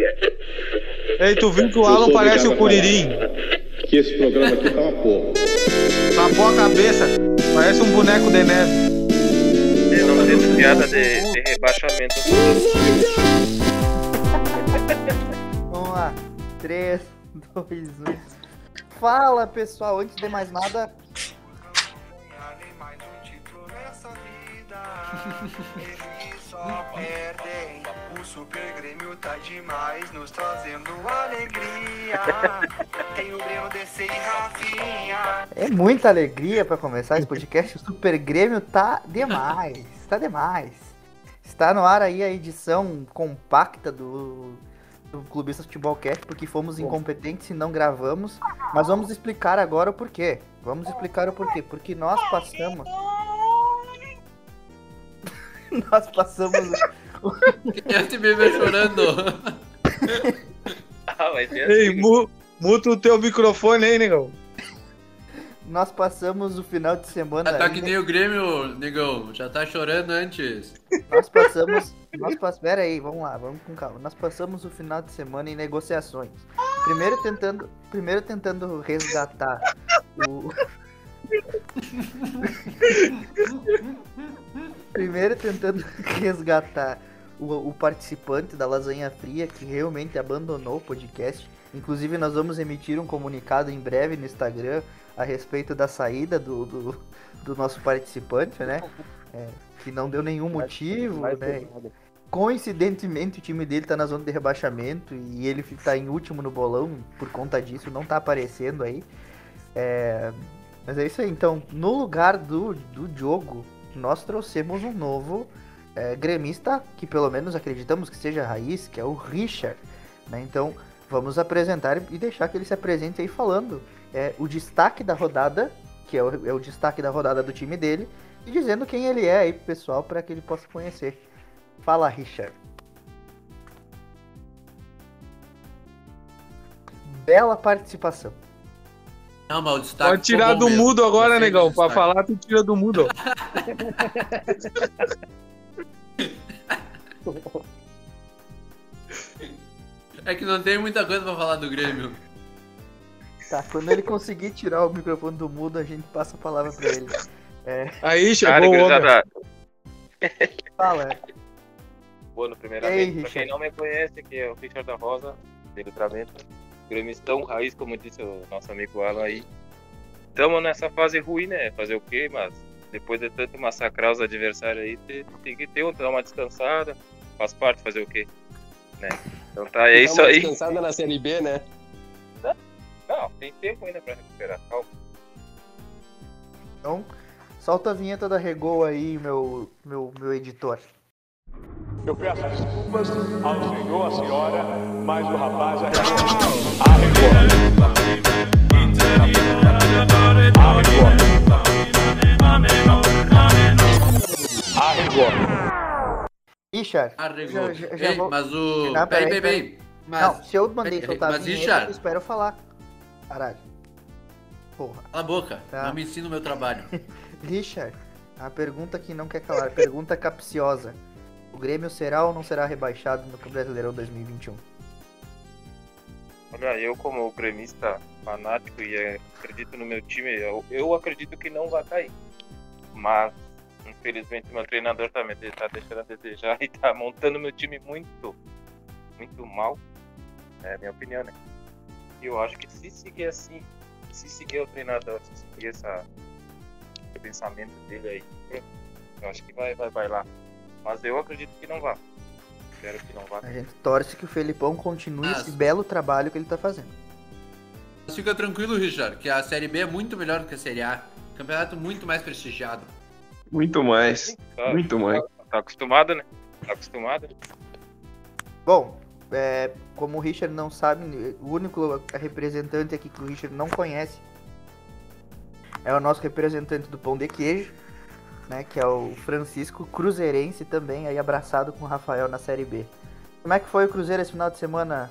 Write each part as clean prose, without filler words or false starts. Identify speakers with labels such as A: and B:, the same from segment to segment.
A: Ei, tu viu que o Alan parece o Curirim?
B: Que esse programa aqui tá uma porra.
A: Tapou a cabeça, parece um boneco de neve.
C: Eu não fazendo piada de rebaixamento.
D: Vamos lá. 3, 2, 1. Fala, pessoal. Antes de mais nada...
E: Eles só perdem. O Super Grêmio tá demais, nos trazendo alegria. Tem o Breno, DC e Rafinha.
D: É muita alegria para começar esse podcast. O Super Grêmio tá demais. Tá demais. Está no ar aí a edição compacta do Clubistas Futebol Cast, porque fomos incompetentes e não gravamos. Mas vamos explicar agora o porquê. Porque nós passamos... Nós passamos...
F: Eu te me ver chorando.
C: Vai ser
A: Ei,
C: assim.
A: muta o teu microfone aí, negão.
D: Nós passamos o final de semana...
F: Tá que nem o Grêmio, negão. Já tá chorando antes.
D: Pera aí, vamos lá, vamos com calma. Nós passamos o final de semana em negociações. Primeiro tentando resgatar o... Primeiro tentando resgatar o participante da Lasanha Fria, que realmente abandonou o podcast. Inclusive, nós vamos emitir um comunicado em breve no Instagram a respeito da saída do nosso participante, né? Que não deu nenhum motivo, né? Coincidentemente, o time dele tá na zona de rebaixamento e ele tá em último no bolão por conta disso, não tá aparecendo aí. Mas é isso aí. Então, no lugar do jogo, nós trouxemos um novo gremista, que pelo menos acreditamos que seja raiz, que é o Richard, né? Então, vamos apresentar e deixar que ele se apresente aí falando o destaque da rodada, que é o destaque da rodada do time dele, e dizendo quem ele é aí pro pessoal, para que ele possa conhecer. Fala, Richard. Bela participação.
F: Não, mas o destaque
A: Pode tirar do
F: mesmo.
A: mudo agora,
F: Gostei do
A: negão. Pra
F: destaque.
A: falar, tu tira do mudo.
F: É que não tem muita coisa pra falar do Grêmio.
D: Tá, quando ele conseguir tirar o microfone do mudo, a gente passa a palavra pra ele.
A: Aí,
C: Cara,
A: chegou o homem.
C: gurizada,
D: Fala.
C: bueno, primeiramente,
D: Ei,
C: pra quem
D: Richard.
C: não me conhece, aqui é o Richard da Rosa, de Livramento. Gremistão raiz, como disse o nosso amigo Alan aí. Estamos nessa fase ruim, né? Fazer o quê? Mas depois de tanto massacrar os adversários aí, tem que ter dar uma descansada. Faz parte, fazer o quê? Né? Então tá, é isso aí.
G: Descansada na Série B, né?
C: Não, tem tempo ainda pra recuperar, calma.
D: Então, solta a vinheta da Regol aí, meu editor.
H: Eu peço desculpas ao senhor, à senhora, mas o rapaz arregou. Arregou.
D: Richard,
F: Arregou.
D: já
F: Ei,
D: vou...
F: mas o...
D: Não,
F: Peraí.
D: Não, se eu mandei soltar a
F: Mas,
D: vinheta,
F: Richard,
D: eu espero falar. Caralho. Porra.
F: cala a boca.
D: Tá.
F: Não me ensina o meu trabalho.
D: Richard, a pergunta que não quer calar, pergunta capciosa. O Grêmio será ou não será rebaixado no Brasileirão 2021?
C: Olha, eu como gremista fanático e acredito no meu time, eu acredito que não vai cair. Mas, infelizmente, meu treinador também tá deixando a desejar e tá montando meu time muito mal. É a minha opinião, né? E eu acho que se seguir assim, se seguir o treinador, se seguir esse pensamento dele aí, eu acho que vai lá. Mas eu acredito que não vá. Espero que não vá.
D: A gente torce que o Felipão continue esse belo trabalho que ele tá fazendo.
F: Mas fica tranquilo, Richard, que a Série B é muito melhor do que a Série A. Campeonato muito mais prestigiado.
G: Muito mais. Muito mais.
C: Tá acostumado, né? Tá acostumado.
D: Bom, como o Richard não sabe, o único representante aqui que o Richard não conhece é o nosso representante do Pão de Queijo, né, que é o Francisco, cruzeirense também, aí abraçado com o Rafael na Série B. Como é que foi o Cruzeiro esse final de semana?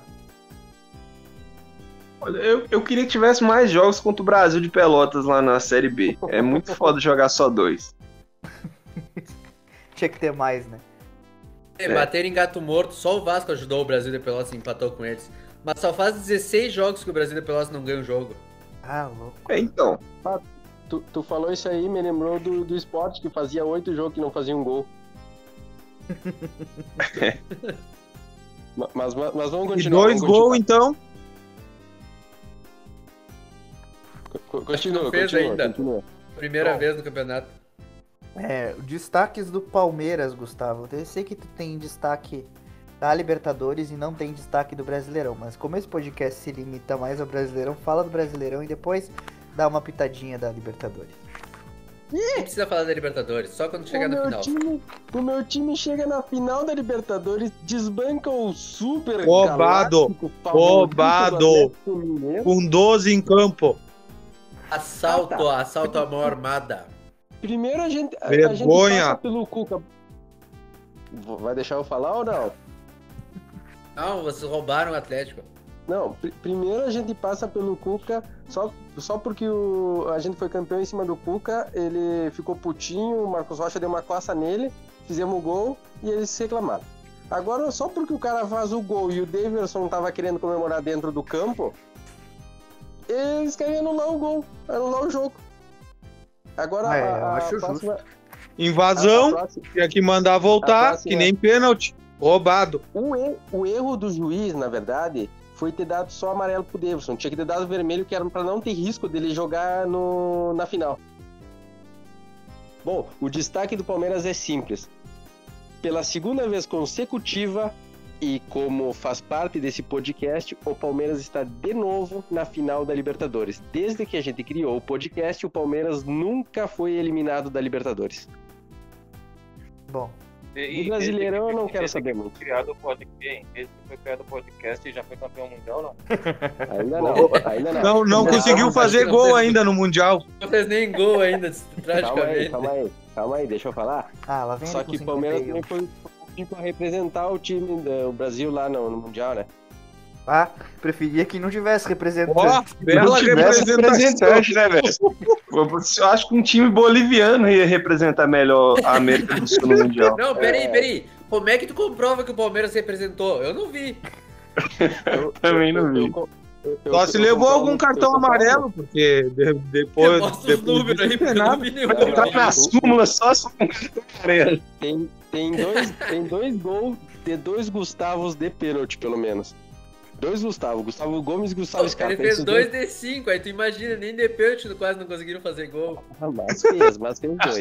G: Olha, eu queria que tivesse mais jogos contra o Brasil de Pelotas lá na Série B. É muito foda jogar só 2.
D: Tinha que ter mais, né?
F: Bateram em gato morto, só o Vasco ajudou o Brasil de Pelotas e empatou com eles. Mas só faz 16 jogos que o Brasil de Pelotas não ganha um jogo.
D: Ah, louco.
G: Então.
I: Tu falou isso aí, me lembrou do esporte, que fazia 8 jogos que não fazia um gol. mas vamos
G: E
I: continuar.
G: 2 gols, então.
F: Não fez ainda.
I: Continua.
F: Primeira vez no campeonato.
D: Destaques do Palmeiras, Gustavo. Eu sei que tu tem destaque da Libertadores e não tem destaque do Brasileirão, mas como esse podcast se limita mais ao Brasileirão, fala do Brasileirão e depois dá uma pitadinha da Libertadores.
F: Não precisa falar da Libertadores, só quando chegar no final.
I: O meu time chega na final da Libertadores, desbanca o super
G: Roubado. Com 12 em campo.
F: Assalto à mão armada.
I: Primeiro a gente
G: Vergonha.
I: passa pelo Cuca. Vai deixar eu falar ou não?
F: Não, vocês roubaram o Atlético.
I: Não, primeiro a gente passa pelo Cuca, só porque a gente foi campeão em cima do Cuca, ele ficou putinho, o Marcos Rocha deu uma coça nele, fizemos o gol e eles se reclamaram. Agora, só porque o cara faz o gol e o Davidson tava querendo comemorar dentro do campo, eles querem anular o gol, anular o jogo. Agora,
D: eu acho
I: próxima...
D: justo.
G: Invasão, tinha que mandar voltar, que nem pênalti. Roubado.
I: O erro do juiz, na verdade, foi ter dado só amarelo pro Davidson. Tinha que ter dado vermelho, que era pra não ter risco dele jogar na final. Bom, o destaque do Palmeiras é simples. Pela segunda vez consecutiva, e como faz parte desse podcast, o Palmeiras está de novo na final da Libertadores. Desde que a gente criou o podcast, o Palmeiras nunca foi eliminado da Libertadores.
D: Bom.
I: O Brasileirão eu não quero saber muito.
C: Desde que foi criado o podcast e já foi campeão mundial, não?
I: Ainda não.
G: Não conseguiu fazer gol ainda no Mundial.
F: Não fez nem gol ainda, praticamente.
I: Calma aí, deixa eu falar.
D: Lá vem.
I: Só que o Palmeiras também foi para representar o time do Brasil lá no Mundial, né?
D: Preferia que não tivesse representante.
G: Bela representante,
A: né, velho? Eu acho que um time boliviano ia representar melhor a América do Sul no Mundial.
F: Não, peraí. Como é que tu comprova que o Palmeiras representou? Eu não vi.
A: Eu também não vi.
G: Só se levou algum cartão amarelo, porque depois...
F: Mostra os números aí, porque eu não vi nenhum.
A: Tá na súmula só um cartão amarelo.
I: Tem dois gols de 2 Gustavos de pênalti, pelo menos. 2 Gustavo Gomes e Gustavo Scarpa.
F: Ele fez 2 de 5, aí tu imagina, nem de pênalti quase não conseguiram fazer gol.
I: Mas fez 2.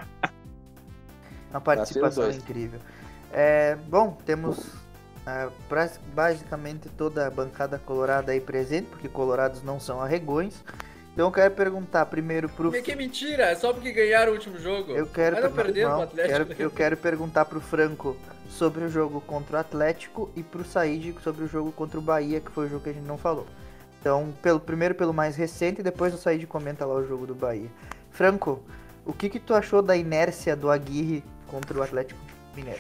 D: Uma participação incrível. Bom, temos basicamente toda a bancada colorada aí presente, porque colorados não são arregões. Então eu quero perguntar primeiro pro...
F: Que mentira, é só porque ganharam o último jogo.
D: Eu quero perguntar pro Franco sobre o jogo contra o Atlético e pro Said sobre o jogo contra o Bahia, que foi o jogo que a gente não falou. Então, primeiro pelo mais recente e depois o Said comenta lá o jogo do Bahia. Franco, o que tu achou da inércia do Aguirre contra o Atlético Mineiro?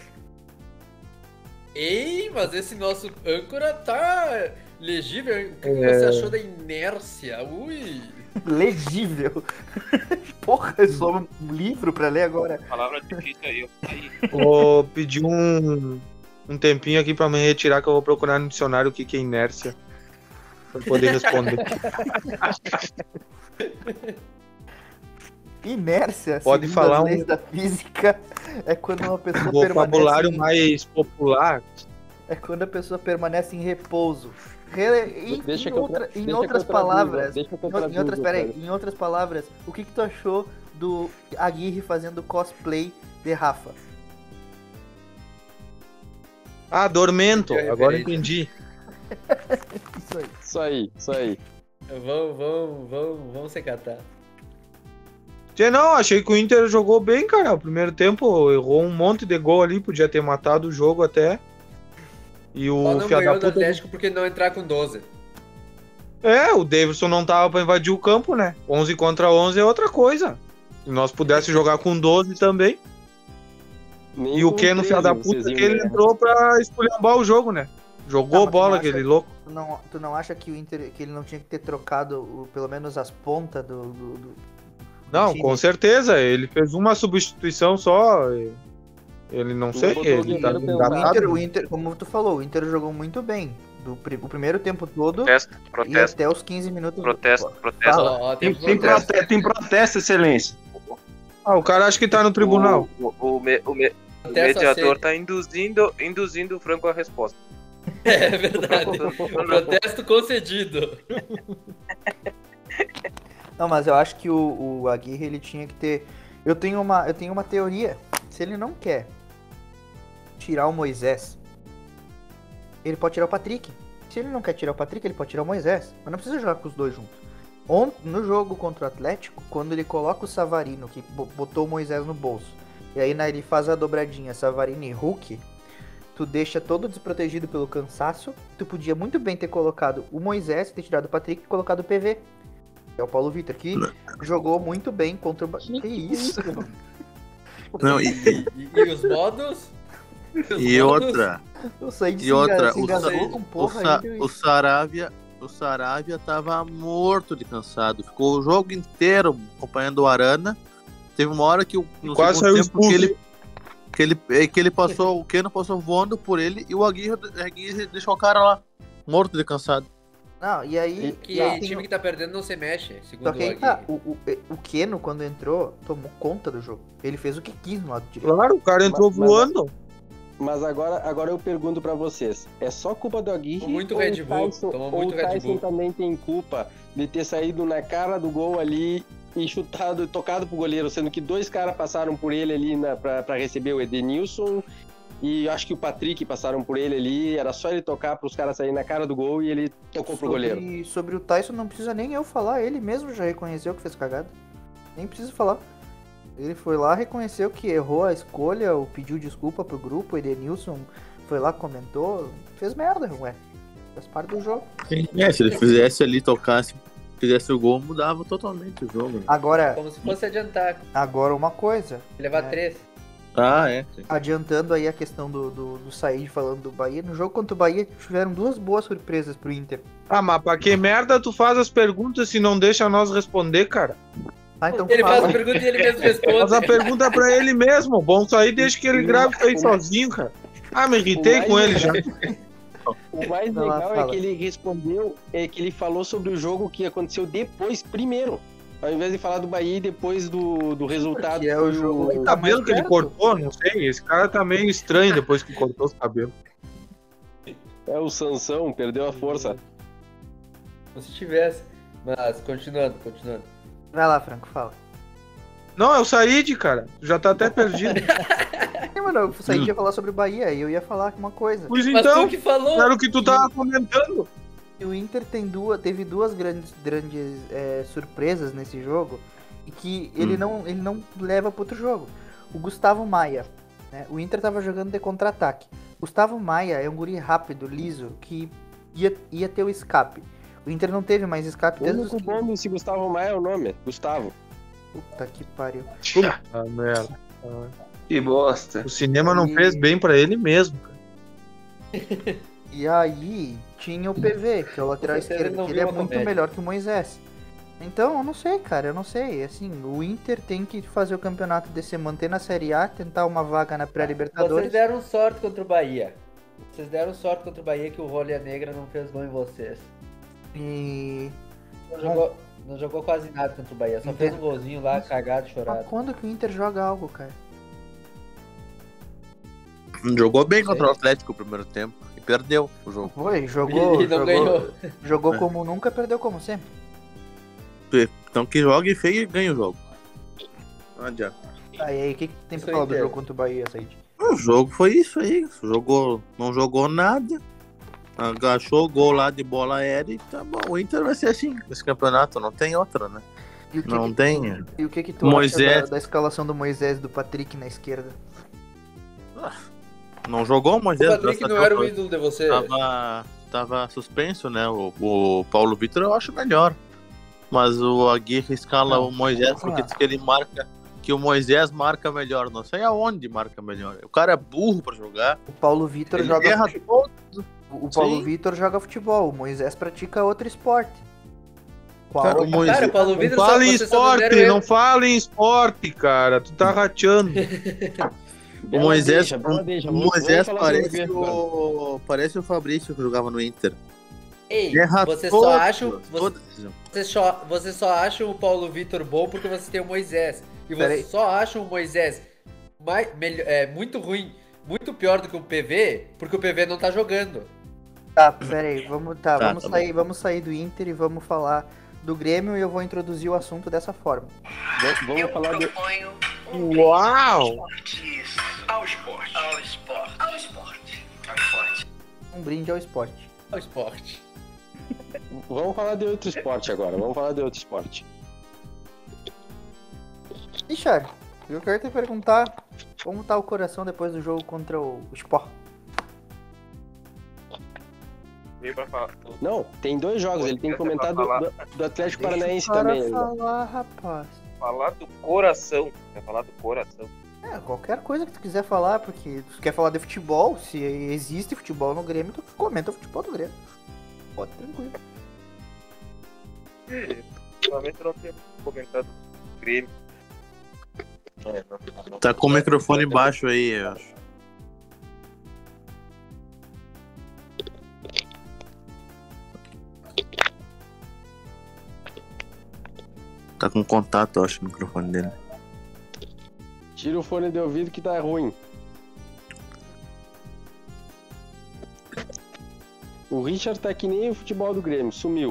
F: Ei, mas esse nosso âncora tá legível. O que você achou da inércia? Ui!
D: Legível. Porra, é só um livro pra ler agora.
C: Palavra difícil aí.
G: Vou pedir um tempinho aqui pra me retirar, que eu vou procurar no dicionário o que é inércia, pra poder responder.
D: Inércia,
G: pode falar
D: as leis da física, é quando uma pessoa
G: vocabulário mais popular.
D: É quando a pessoa permanece em repouso. Em outras palavras, o que tu achou do Aguirre fazendo cosplay de Rafa?
G: Dormento, agora entendi.
I: Isso aí.
F: Vamos se catar.
G: Não, achei que o Inter jogou bem, cara. O primeiro tempo errou um monte de gol ali, podia ter matado o jogo até. E o
F: não ganhou do Atlético porque não entrar com 12.
G: O Davidson não tava pra invadir o campo, né? 11 contra 11 é outra coisa. Se nós pudéssemos jogar com 12 também.
I: Nem
G: e o Keno, filho da puta, que ele entrou pra esculhambar o jogo, né? Jogou bola, aquele louco.
D: Tu não acha que o Inter, que ele não tinha que ter trocado pelo menos as pontas do
G: Não,
D: time?
G: Com certeza. Ele fez uma substituição só. Ele não sei,
I: botou
G: ele
I: o
G: tá
I: Guerreiro
G: engatado.
D: O Inter, como tu falou, o Inter jogou muito bem. O primeiro tempo todo e
C: Protesto.
D: até os 15 minutos.
C: Protesto.
D: Fala.
F: Ó,
A: Tem,
F: tem
A: tem protesto, excelência.
G: O cara acha que tá no tribunal.
C: O
F: Protesto
C: mediador
F: aceito.
C: tá induzindo o Franco à resposta.
F: É verdade. Protesto concedido.
D: Não, mas eu acho que o Aguirre, ele tinha que ter... Eu tenho uma teoria. Se ele não quer tirar o Moisés, ele pode tirar o Patrick. Se ele não quer tirar o Patrick, ele pode tirar o Moisés. Mas não precisa jogar com os dois juntos. No jogo contra o Atlético, quando ele coloca o Savarino, que botou o Moisés no bolso, e aí ele faz a dobradinha Savarino e Hulk, tu deixa todo desprotegido pelo cansaço. Tu podia muito bem ter colocado o Moisés, ter tirado o Patrick e colocado o PV. É o Paulo Vitor, que jogou muito bem contra o... Que isso?
J: Não,
F: E os modos?
J: e outra,
D: Eu saí de
J: e outra,
D: se engasgou com porra aí,
J: o Saravia tava morto de cansado. Ficou o jogo inteiro acompanhando o Arana. Teve uma hora que no
G: Quase
J: segundo
G: saiu
J: tempo
G: expulso.
J: que ele passou, o Keno passou voando por ele e o Aguirre deixou o cara lá, morto de cansado.
D: Não, e aí...
F: Que o time que tá perdendo não se mexe, segundo
D: Só que aí
F: o
D: tá,
F: Aguirre.
D: o Keno, quando entrou, tomou conta do jogo. Ele fez o que quis no lado direito.
G: Claro, o cara entrou voando.
I: Mas agora eu pergunto pra vocês, é só culpa do Aguirre
F: Tomou muito
I: ou
F: Red
I: o
F: Bull,
I: Tyson,
F: tomou
I: ou
F: muito
I: o
F: Red
I: Tyson
F: Bull.
I: também tem culpa de ter saído na cara do gol ali e chutado e tocado pro goleiro, sendo que dois caras passaram por ele ali pra receber o Edenilson e acho que o Patrick passaram por ele ali, era só ele tocar pros caras saírem na cara do gol e ele tocou pro goleiro.
D: E sobre o Tyson não precisa nem eu falar, ele mesmo já reconheceu que fez cagada. Nem precisa falar. Ele foi lá, reconheceu que errou a escolha, pediu desculpa pro grupo, o Edenilson foi lá, comentou, fez merda, ué. Faz parte do jogo.
J: Se ele fizesse ali, tocasse, fizesse o gol, mudava totalmente o jogo. Né?
D: Agora,
F: Como se fosse adiantar,
D: uma coisa,
F: levar
D: É.
F: 3.
J: Sim.
D: adiantando aí a questão do Said falando do Bahia, no jogo contra o Bahia tiveram duas boas surpresas pro Inter.
G: Mas pra que merda tu faz as perguntas se não deixa nós responder, cara?
D: Ah, então
F: Ele faz
D: fala.
F: a pergunta e ele mesmo
G: Faz a
F: responde.
G: pergunta pra ele mesmo. Bom sair, deixa que ele grave isso aí sozinho, cara. Me irritei com ele já.
I: O mais
D: Vai lá,
I: legal é
D: fala.
I: que ele respondeu, que ele falou sobre o jogo que aconteceu depois, primeiro. Ao invés de falar do Bahia e depois do resultado.
D: Que é o jogo que
G: O
D: tá
G: cabelo
D: mais
G: que ele
D: perto.
G: cortou, não sei. Esse cara tá meio estranho depois que cortou os cabelos.
I: É o Sansão, perdeu a força.
F: Como se tivesse. Mas, continuando.
D: Vai lá, Franco, fala.
G: Não, é o Said, cara. Tu já tá até perdido.
D: Mano, eu saí de falar sobre o Bahia e eu ia falar uma coisa.
G: Pois
F: Mas
G: então,
F: tu que falou.
G: era o que tu tava comentando.
D: O Inter teve duas grandes surpresas nesse jogo e que ele não leva para outro jogo. O Gustavo Maia, né? O Inter tava jogando de contra-ataque. Gustavo Maia é um guri rápido, liso, que ia ter o escape. O Inter não teve mais escape
I: O
D: desde os
I: único bom desse Gustavo Maia é o nome, Gustavo.
D: Puta que pariu.
G: Ah, merda.
A: Que bosta.
G: O cinema não fez bem pra ele mesmo, cara.
D: E aí tinha o PV, que é o lateral
F: Com certeza
D: esquerdo,
F: ele não
D: que
F: viu
D: ele é
F: a
D: muito
F: comédia.
D: melhor que o Moisés. Então, eu não sei, cara, eu não sei. Assim, o Inter tem que fazer o campeonato de se manter na Série A, tentar uma vaga na
F: Vocês
D: pré-Libertadores.
F: deram sorte contra o Bahia. Vocês deram sorte contra o Bahia que o Rolha Negra não fez gol em vocês.
D: E
F: Não jogou quase nada contra o Bahia. Só fez um golzinho lá, cagado, chorado.
D: mas quando que o Inter joga algo, cara?
J: Jogou bem contra o Atlético no primeiro tempo e perdeu o jogo.
D: Foi, jogou,
F: E não ganhou.
D: jogou como nunca, perdeu como sempre.
J: Então que jogue feio e ganha o jogo. Não adianta.
D: Aí, o que tem
F: Isso
D: pra falar do
F: aí,
D: jogo contra o Bahia, Said?
J: O jogo foi isso aí. Não jogou nada. Agachou o gol lá de bola aérea e tá bom. O Inter vai ser assim nesse campeonato, não tem outra, né?
D: E o que
J: Não
D: que-
J: tem.
D: E o que tu
J: Moisés.
D: acha da escalação do Moisés e do Patrick na esquerda?
J: Não jogou o
F: O
J: Moisés.
F: Patrick
J: dessa
F: não era o
J: Copa.
F: ídolo de vocês.
J: Tava suspenso, né? O Paulo Vitor eu acho melhor. Mas o Aguirre escala o Moisés porque diz que ele marca. Que o Moisés marca melhor. Não sei aonde marca melhor. O cara é burro pra jogar.
D: O Paulo Vitor
J: Ele
D: joga
J: erra
D: futebol. O Paulo
J: Sim.
D: Vitor joga futebol, o Moisés pratica outro esporte. Qual?
J: Cara, o Moisés-
F: Cara, o Paulo
G: Não
F: Vitor
G: fala em
F: vocês só não
G: esporte,
F: deram
G: não fala em esporte, cara. Tu tá rateando.
J: O Moisés,
I: deixa.
J: o Moisés
I: Vamos falar sobre
J: parece
I: o
J: parece o Fabrício que jogava no Inter.
F: Ei,
J: Erra
F: você
J: todas,
F: só acha.
J: todas.
F: Você só acha o Paulo Vitor bom porque você tem o Moisés. E você
D: Peraí.
F: só acha o Moisés muito ruim, muito pior do que o PV, porque o PV não tá jogando.
D: Tá, pera aí, vamos
J: bom.
D: vamos sair do Inter e vamos falar do Grêmio e eu vou introduzir o assunto dessa forma.
I: Vamos falar do...
G: Uau!
E: Ao esporte.
D: Um brinde ao esporte.
F: É o esporte.
I: Vamos falar de outro esporte agora.
D: Richard, eu quero te perguntar como tá o coração depois do jogo contra o Sport.
C: Veio pra falar.
I: Não, tem 2 jogos. Ele tem que comentar do Atlético Paranaense
D: Deixa o cara
I: também. Né?
D: falar, rapaz.
C: Falar do coração. Quer falar do coração?
D: É, qualquer coisa que tu quiser falar, porque tu quer falar de futebol, se existe futebol no Grêmio, tu comenta o futebol do Grêmio. Pode, tranquilo.
C: Ultimamente eu não tenho comentado do Grêmio. Não.
J: Tá com o microfone baixo aí, eu acho. Tá com contato, eu acho, o microfone dele.
I: Tira o fone de ouvido que tá ruim. O Richard tá que nem o futebol do Grêmio, sumiu.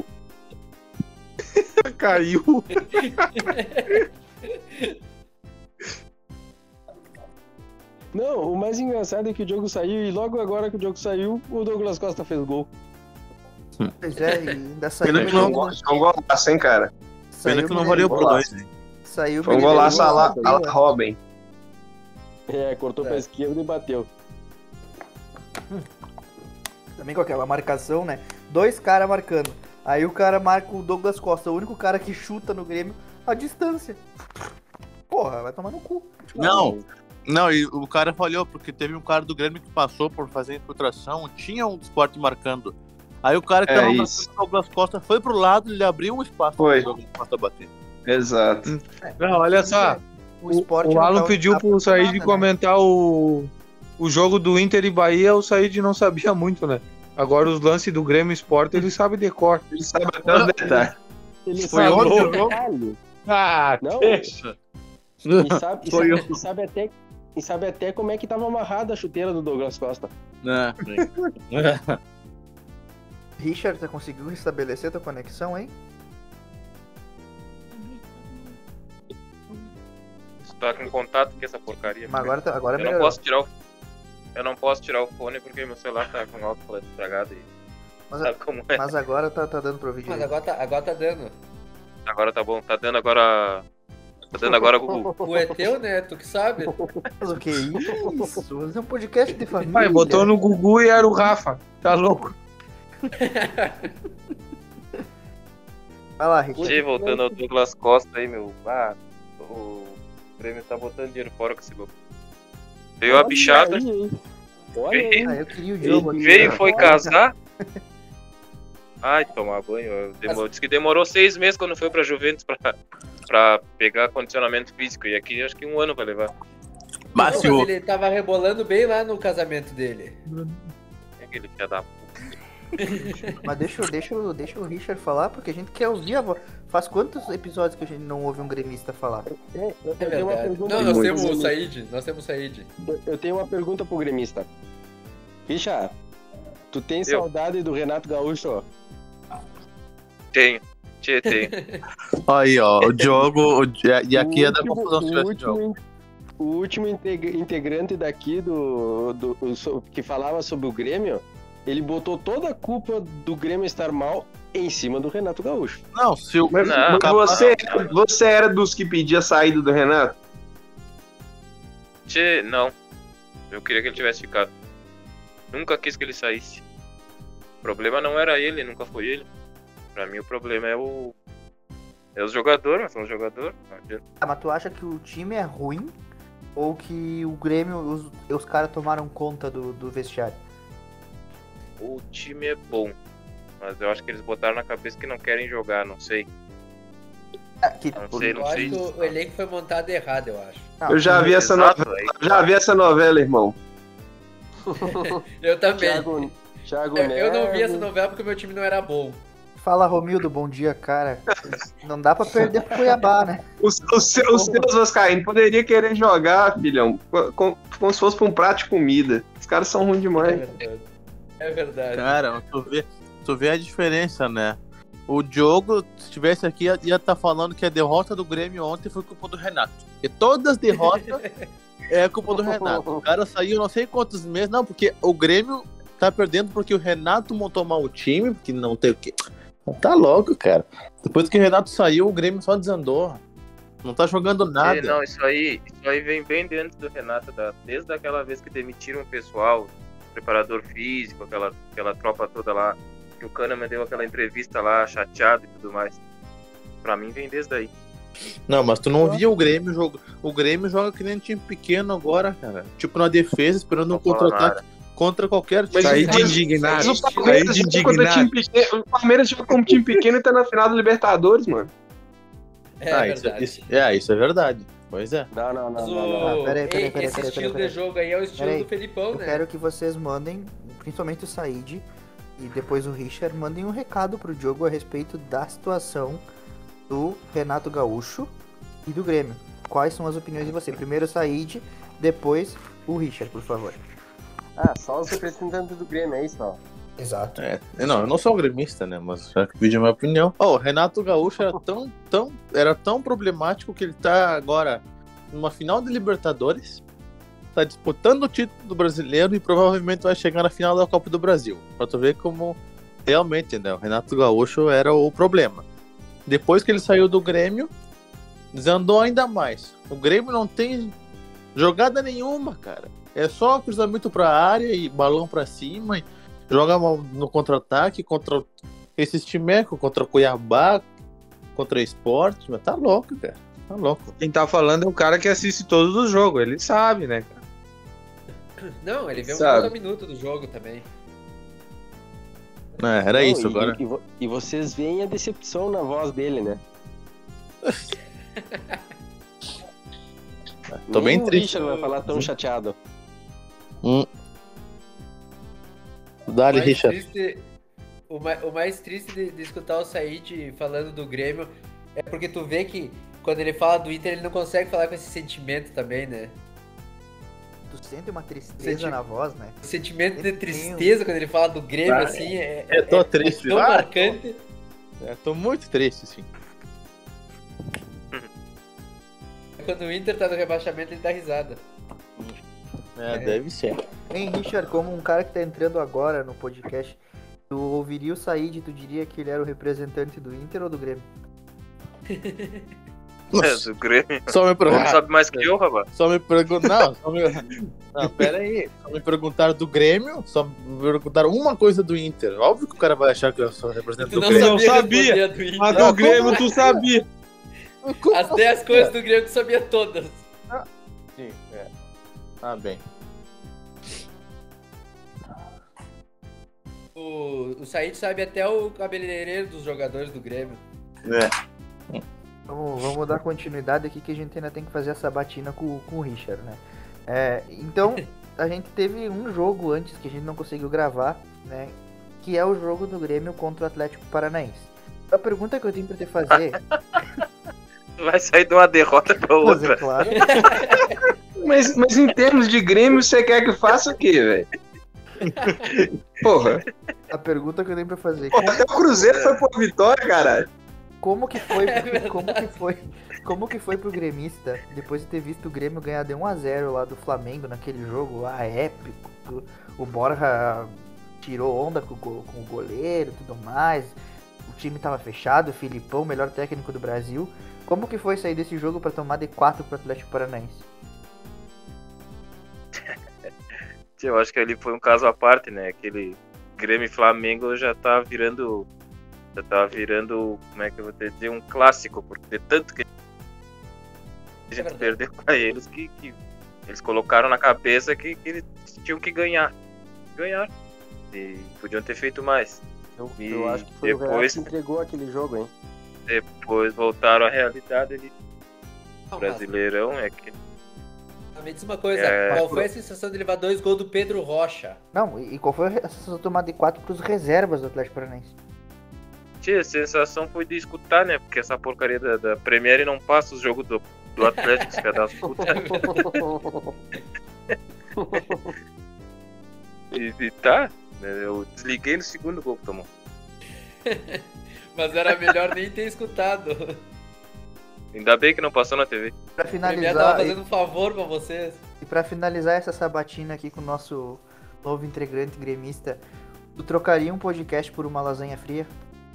G: Caiu.
I: Não, o mais engraçado é que o jogo saiu e logo agora que o jogo saiu, o Douglas Costa fez gol.
D: Pois é, e ainda saiu.
J: Pena que não-
A: Foi um golaço, hein, cara?
J: Pena que não valeu por 2, né?
D: Saiu
A: Foi um golaço a la
D: Mineiro,
A: Robin.
I: Cortou pra esquerda e bateu.
D: também com aquela marcação, né? 2 caras marcando. Aí o cara marca o Douglas Costa, o único cara que chuta no Grêmio a distância. Porra, vai tomar no cu.
J: Não, e o cara falhou, porque teve um cara do Grêmio que passou por fazer infiltração, tinha um Sport marcando. Aí o cara que tava
A: isso.
J: marcando o Douglas Costa foi pro lado, ele abriu um espaço
A: Foi.
J: pro Douglas Costa bater.
A: Exato.
G: Não, olha só.
D: Sport
G: O
D: não
G: Alan
D: tá-
G: pediu
D: tá
G: pro Said
D: nada, né?
G: comentar o jogo do Inter e Bahia, o Said não sabia muito, né? Agora os lances do Grêmio Sport ele sabe de cor.
A: Ele sabe até os detalhes.
I: Ele
J: Foi
I: sabe
J: ontem
I: o
J: o jogo?
I: detalhe.
G: Ah,
I: Não.
G: deixa.
I: E sabe até como é que tava amarrada a chuteira do Douglas Costa.
J: Né?
D: Richard, você conseguiu restabelecer tua conexão, hein?
C: Você tá com contato com essa porcaria.
D: Mas agora
C: eu
D: melhorou.
C: não posso tirar o fone porque meu celular tá com o alto-falante estragado e
D: Mas,
C: sabe como é.
D: mas agora tá dando pra ouvir
F: Mas
D: direito.
F: agora tá dando.
C: Agora tá bom, tá dando agora. Tá dando agora Google.
F: O é teu, né? Tu que sabe.
D: Mas o que é isso? Fazer um podcast de família.
G: Pai, botou no Gugu e era o Rafa. Tá louco?
D: Vai lá, Richard.
C: E voltando ao Douglas Costa aí, meu. O Grêmio tá botando dinheiro fora com esse gol. Veio a bichada,
I: Olha aí, hein? Olha aí.
D: Ah, eu queria o jogo aqui.
C: veio e
D: né?
C: foi casar. Ai, tomar banho. Disse que demorou 6 meses quando foi pra Juventus pra pegar condicionamento físico. E aqui acho que 1 ano vai levar.
J: Mas
F: Não,
J: se o-
F: ele tava rebolando bem lá no casamento dele.
C: É aquele filho da
D: Mas deixa o Richard falar, porque a gente quer ouvir a voz. Faz quantos episódios que a gente não ouve um gremista falar?
I: Eu
F: É
I: tenho uma
F: verdade.
I: pergunta
F: Não,
I: pro
F: nós temos o
I: gremista.
F: Said. Nós temos o Said.
I: Eu tenho uma pergunta pro gremista. Richard, tu tem saudade do Renato Gaúcho?
C: Tenho. Tenho.
J: Aí, ó, o Diogo. E aqui ia dar confusão se tivesse jogo.
I: O último integrante daqui que falava sobre o Grêmio, ele botou toda a culpa do Grêmio estar mal em cima do Renato Gaúcho.
J: Não, se o.
A: Mas
C: Não,
A: você era dos que pedia a saída do Renato?
C: Não. Eu queria que ele tivesse ficado. Nunca quis que ele saísse. O problema não era ele, nunca foi ele. Pra mim o problema é os jogadores, são os jogadores. Não adianta.
D: Ah, mas tu acha que o time é ruim? Ou que o Grêmio, os caras tomaram conta do vestiário?
C: O time é bom, mas eu acho que eles botaram na cabeça que não querem jogar, não sei. Não sei,
F: Eu acho que o elenco foi montado errado, eu acho.
A: Eu já vi essa
C: Exato,
A: novela.
C: aí.
A: Já vi essa novela, irmão.
F: Eu também.
I: Thiago
F: Eu não vi
I: Neves.
F: essa novela porque o meu time não era bom.
D: Fala, Romildo, bom dia, cara. Não dá pra perder pro Cuiabá, né?
A: Os seus vascaínos poderiam querer jogar, filhão, como se fosse pra um prato de comida. Os caras são ruins
F: É
A: demais.
F: verdade. É verdade.
J: Cara, tu vê a diferença, né? O Diogo, se estivesse aqui, ia estar falando que a derrota do Grêmio ontem foi culpa do Renato. Porque todas as derrotas é culpa do Renato. O cara saiu não sei quantos meses. Não, porque o Grêmio tá perdendo porque o Renato montou mal o time, porque não tem o quê. Tá louco, cara. Depois que o Renato saiu, o Grêmio só desandou. Não tá jogando nada.
C: Não, isso aí vem bem de antes do Renato, desde aquela vez que demitiram o pessoal, preparador físico, aquela tropa toda lá, que o Kahneman deu aquela entrevista lá, chateado e tudo mais. Pra mim vem desde aí.
J: Não, mas tu não via o Grêmio jogo. O Grêmio joga que nem um time pequeno agora, cara. Tipo na defesa, esperando um contra-ataque contra qualquer time.
G: Saí de indignado.
A: Mas o
G: Saí
A: Palmeiras
G: de
A: joga contra time
G: indignado.
A: pequeno. O Palmeiras joga como time pequeno e tá na final da Libertadores, mano.
F: É
J: Isso
F: verdade.
J: é verdade. Pois é.
I: Não.
F: Mas
D: peraí,
F: esse estilo de jogo aí é o estilo
D: Peraí,
F: do Felipão,
D: Eu
F: né?
D: quero que vocês mandem, principalmente o Said e depois o Richard, mandem um recado pro Diogo a respeito da situação do Renato Gaúcho e do Grêmio. Quais são as opiniões de você? Primeiro o Said, depois o Richard, por favor.
I: Só os representantes do Grêmio, é isso, ó.
D: Exato.
J: Não, eu não sou gremista, né? Mas já que pedi a minha opinião. O Renato Gaúcho era tão problemático que ele tá agora numa final de Libertadores, tá disputando o título do brasileiro e provavelmente vai chegar na final da Copa do Brasil. Pra tu ver como realmente, né? O Renato Gaúcho era o problema. Depois que ele saiu do Grêmio, desandou ainda mais. O Grêmio não tem jogada nenhuma, cara. É só cruzamento pra área e balão pra cima. Joga no contra-ataque contra esses timecos, contra o Cuiabá, contra o Sport. Mas tá louco, cara. Tá louco.
G: Quem tá falando é o cara que assiste todos os jogos. Ele sabe, né, cara?
F: Não, ele vê um
A: Sabe.
F: cada minuto do jogo também.
J: Era isso agora.
I: E vocês veem a decepção na voz dele, né?
J: Tô bem
I: Nem o
J: triste.
I: Richard vai falar tão chateado.
J: Dá-lhe, Richard.
F: O mais triste de escutar o Said falando do Grêmio é porque tu vê que quando ele fala do Inter, ele não consegue falar com esse sentimento também, né?
D: Tu sente uma tristeza na voz, né?
F: O sentimento de tristeza quando ele fala do Grêmio, assim,
J: Eu tô triste.
F: tão marcante.
J: Tô muito triste, sim.
F: Quando o Inter tá no rebaixamento, ele dá risada.
J: Deve ser.
D: Hein, Richard, como um cara que tá entrando agora no podcast, tu ouviria o Said e tu diria que ele era o representante do Inter ou do Grêmio?
C: Do Grêmio.
J: Só me
C: Não
J: perguntar.
C: sabe mais que eu, rapaz.
J: Só me perguntar. Não, pera aí. Só me perguntaram do Grêmio, só me perguntaram uma coisa do Inter. Óbvio que o cara vai achar que eu sou representante
F: Tu
J: do
F: não
J: Grêmio.
G: Não sabia.
F: responder a do Inter.
G: Mas do Grêmio tu sabia.
F: As 10 coisas do Grêmio tu sabia todas.
J: Sim, bem.
F: O Said sabe até o cabeleireiro dos jogadores do Grêmio.
D: Vamos dar continuidade aqui que a gente ainda tem que fazer essa batina com o Richard, né? Então, a gente teve um jogo antes que a gente não conseguiu gravar, né? Que é o jogo do Grêmio contra o Atlético Paranaense. A pergunta que eu tenho pra te fazer...
C: Vai sair de uma derrota pra
D: Mas é
C: outra.
D: claro.
A: Mas em termos de Grêmio, você quer que faça o quê, velho? Porra.
D: A pergunta que eu tenho pra fazer...
A: Porra, até o Cruzeiro foi por vitória, caralho.
D: Como que foi pro gremista, depois de ter visto o Grêmio ganhar de 1-0 lá do Flamengo naquele jogo lá épico, o Borja tirou onda com o goleiro e tudo mais, o time tava fechado, o Filipão, o melhor técnico do Brasil. Como que foi sair desse jogo pra tomar de 4 pro Atlético Paranaense?
C: Eu acho que ali foi um caso à parte, né? Aquele Grêmio e Flamengo já tá virando, como é que eu vou te dizer, um clássico, porque de tanto que a gente perdeu pra eles, que eles colocaram na cabeça que eles tinham que ganhar. Ganhar. E podiam ter feito mais.
I: Eu acho que foi o Renato que entregou aquele jogo, hein?
C: Depois voltaram à realidade ali.
F: Não,
C: Brasileirão é que.
F: Me diz uma coisa,
C: É.
F: qual foi a sensação de levar 2 gols do Pedro Rocha?
D: Não, e qual foi a sensação de tomar de 4 pros reservas do Atlético Paranaense?
C: Tia, a sensação foi de escutar, né? Porque essa porcaria da Premier não passa os jogos do Atlético, os pedaços de puta. E tá, né, eu desliguei no segundo gol que tomou.
F: Mas era melhor nem ter escutado.
C: Ainda bem que não passou na TV.
D: Pra
F: A Premier
D: finalizar,
F: tava fazendo um favor pra vocês.
D: e pra finalizar essa sabatina aqui com o nosso novo integrante gremista, tu trocaria um podcast por uma lasanha fria?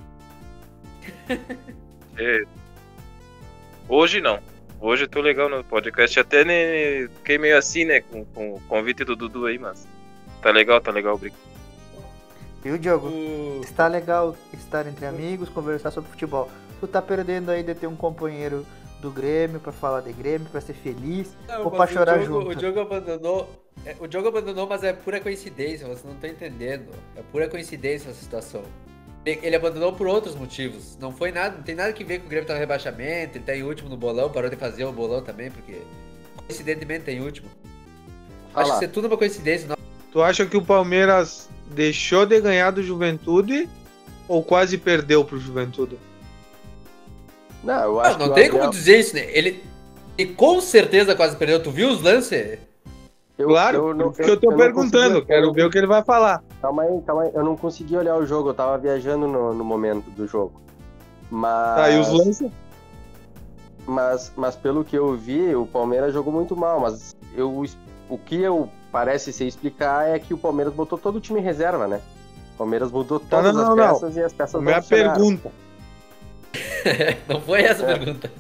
C: É. Hoje não. Hoje eu tô legal no podcast. Até fiquei meio assim, né? Com o convite do Dudu aí, mas. Tá legal, obrigado.
D: Viu, Diogo?
F: O...
D: Está legal estar entre amigos, conversar sobre futebol. Tu tá perdendo aí de ter um companheiro do Grêmio pra falar de Grêmio, pra ser feliz,
F: Não,
D: ou
F: mas
D: pra chorar
F: o
D: junto?
F: Diogo abandonou. O Diogo abandonou, mas é pura coincidência, você não tá entendendo. É pura coincidência essa situação. Ele abandonou por outros motivos. Não foi nada, não tem nada que ver com o Grêmio tá no rebaixamento, ele tá em último no bolão, parou de fazer o bolão também, porque coincidentemente tá em último.
I: Ah
F: Acho
I: lá.
F: que isso é tudo uma coincidência. Não.
G: Tu acha que o Palmeiras deixou de ganhar do Juventude ou quase perdeu pro Juventude?
I: Não, eu acho
F: Não
I: que o
F: tem
I: Abel-
F: como dizer isso, né? Ele com certeza quase perdeu. Tu viu os lances?
G: Claro,
I: não-
G: porque eu tô
I: não
G: perguntando,
I: consegui-
G: quero ver o que ele vai falar.
I: Calma aí, eu não consegui olhar o jogo, eu tava viajando no momento do jogo. Mas,
G: Tá, e os lances?
I: mas pelo que eu vi, o Palmeiras jogou muito mal, mas o que parece ser explicar é que o Palmeiras botou todo o time em reserva, né? O Palmeiras mudou todas
G: não,
I: as
G: não.
I: peças e as peças não
G: Minha
I: funcionaram.
G: pergunta.
F: Não foi essa a pergunta.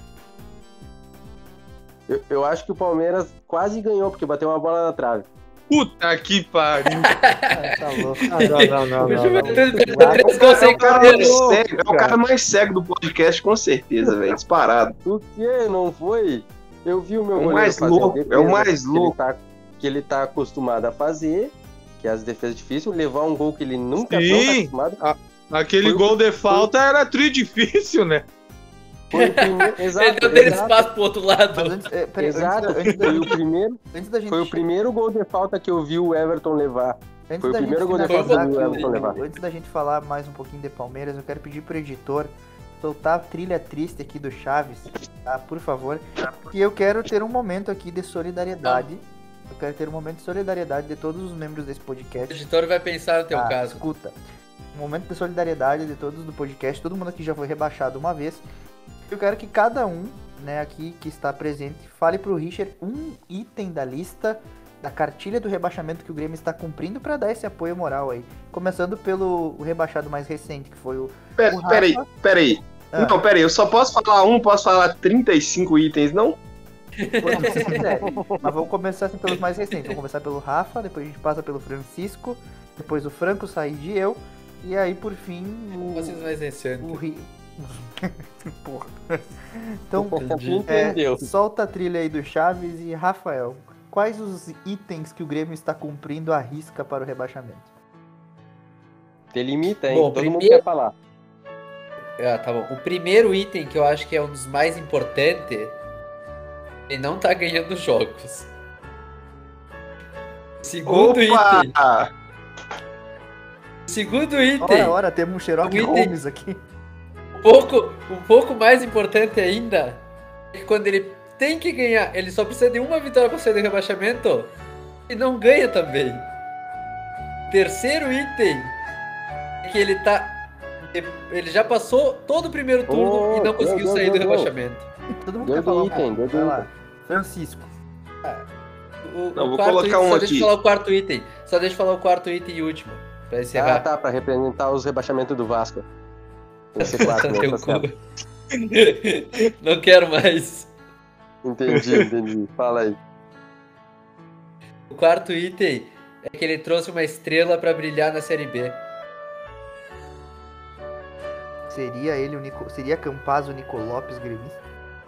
I: Eu acho que o Palmeiras quase ganhou, porque bateu uma bola na trave.
G: Puta que pariu.
D: Ah, tá louco.
G: Não.
F: O Juventude perdeu 3 gols
A: É
F: sem
A: o cara mais
F: goleiro.
A: cego, é o cara mais cego do podcast, com certeza, velho. Disparado.
I: O que? Não foi? Eu vi o meu
A: É o
I: goleiro
A: mais
I: fazer a
A: louco, é o
I: defesa
A: mais
I: que
A: louco.
I: que ele tá acostumado a fazer, que é as defesas difíceis, levar um gol que ele nunca não tá
G: Sim.
I: acostumado.
G: Aquele
I: Foi o-
G: gol de falta era tri difícil, né?
I: Foi o primeiro,
F: Ele
I: exato,
F: deu dele
I: exato,
F: espaço pro outro lado.
D: Mas antes, peraí,
I: exato.
D: antes da
I: Foi o
D: gente,
I: primeiro,
D: antes da gente,
I: foi o primeiro gol de falta que eu vi o Everton levar.
D: antes
I: foi o
D: da gente
I: primeiro gol de
D: finalizar
F: falta
D: aqui
F: do
D: o-
I: Everton levar.
D: antes da gente falar mais um pouquinho de Palmeiras, eu quero pedir pro editor soltar a trilha triste aqui do Chaves, tá? Por favor. E eu quero ter um momento aqui de solidariedade. Eu quero ter um momento de solidariedade de todos os membros desse
F: O
D: podcast.
F: editor vai pensar no teu
D: Ah,
F: caso.
D: escuta. Um momento de solidariedade de todos do podcast. Todo mundo aqui já foi rebaixado uma vez. Eu quero que cada um, né, aqui que está presente, fale pro Richard um item da lista da cartilha do rebaixamento que o Grêmio está cumprindo para dar esse apoio moral aí. Começando pelo rebaixado mais recente, que foi o Rafa.
A: Peraí.
D: Ah.
A: Não, peraí, eu só posso falar posso falar 35 itens, não?
D: Quando você quiser. Mas vamos começar assim pelos mais recentes. Vamos começar pelo Rafa, depois a gente passa pelo Francisco, depois o Franco, Said e eu. E aí, por fim,
F: Vocês mais recentes.
D: o Rio. Porra. Então,
I: Entendeu?
D: solta a trilha aí do Chaves e Rafael. Quais os itens que o Grêmio está cumprindo à risca para o rebaixamento?
I: Delimita, hein?
F: Bom,
I: Todo mundo
F: primeiro-
I: quer falar.
F: Ah, tá bom. O primeiro item que eu acho que é um dos mais importantes, ele não tá ganhando jogos. Segundo item. Segundo item.
D: Ora, temos um Sherlock
F: O item-
D: Holmes aqui.
F: Um pouco mais importante ainda é que quando ele tem que ganhar, ele só precisa de uma vitória para sair do rebaixamento e não ganha também. Terceiro item é que ele já passou todo o primeiro turno e não conseguiu sair do rebaixamento.
D: Todo mundo
I: Deu
D: quer falar um
I: item,
D: pouco.
I: deu
D: Vai lá. Francisco.
A: Não, vou
F: quarto
A: colocar
F: item,
A: um
F: só
A: aqui.
F: deixa eu falar o quarto item. Só deixa eu falar o quarto item e último. Pra encerrar.
I: Ah, tá, pra representar os rebaixamentos do Vasco. Tem que ser 4, né?
F: Teu
I: Tá certo.
F: cu. Não quero mais.
I: Entendi. Fala aí.
F: O quarto item é que ele trouxe uma estrela pra brilhar na Série B.
D: Seria ele seria Campaz o Nico Lopes gremista?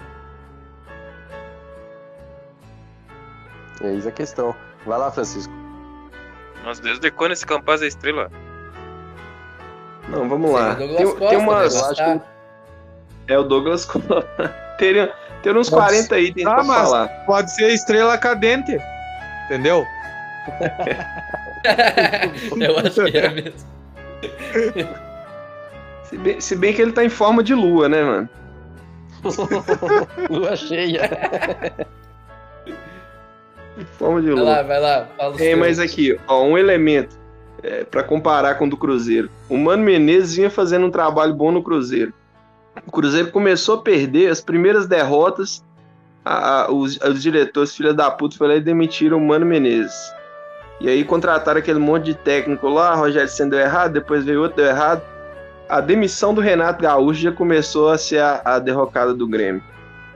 I: Eis a questão. Vai lá, Francisco.
C: Mas desde quando esse Campaz é estrela?
A: Não, vamos lá.
F: Seria o Douglas Costa,
A: Tem umas.
F: né?
I: Eu acho que
A: É o Douglas Costa. Teria uns 40 itens pra
G: mas
A: falar.
G: pode ser estrela cadente. Entendeu?
F: Eu acho que é mesmo.
A: Se bem que ele tá em forma de lua, né, mano?
I: Lua cheia.
A: Em forma de lua.
F: Vai lá. Fala os
A: Tem,
F: teus.
A: mas aqui, ó, um elemento pra comparar com o do Cruzeiro. O Mano Menezes vinha fazendo um trabalho bom no Cruzeiro. O Cruzeiro começou a perder as primeiras derrotas. Os diretores, filha da puta, foram lá e demitiram o Mano Menezes. E aí contrataram aquele monte de técnico lá, Rogério Ceni deu errado, depois veio outro, deu errado. A demissão do Renato Gaúcho já começou a ser a derrocada do Grêmio.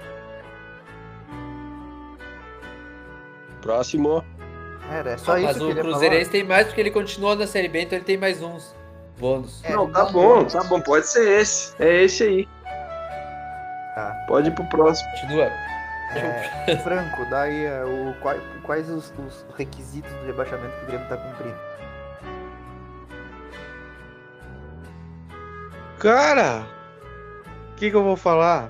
I: Próximo.
D: É só isso
F: Mas
D: que
F: o
D: eu queria
F: Cruzeirense tem mais porque ele continuou na Série B, então ele tem mais uns bônus.
D: falar.
A: Não, tá bom, pode ser esse. É esse aí.
D: Tá.
A: Pode ir pro próximo.
F: Continua.
D: Franco, daí quais os requisitos do rebaixamento que o Grêmio tá cumprindo?
G: Cara, o que eu vou falar?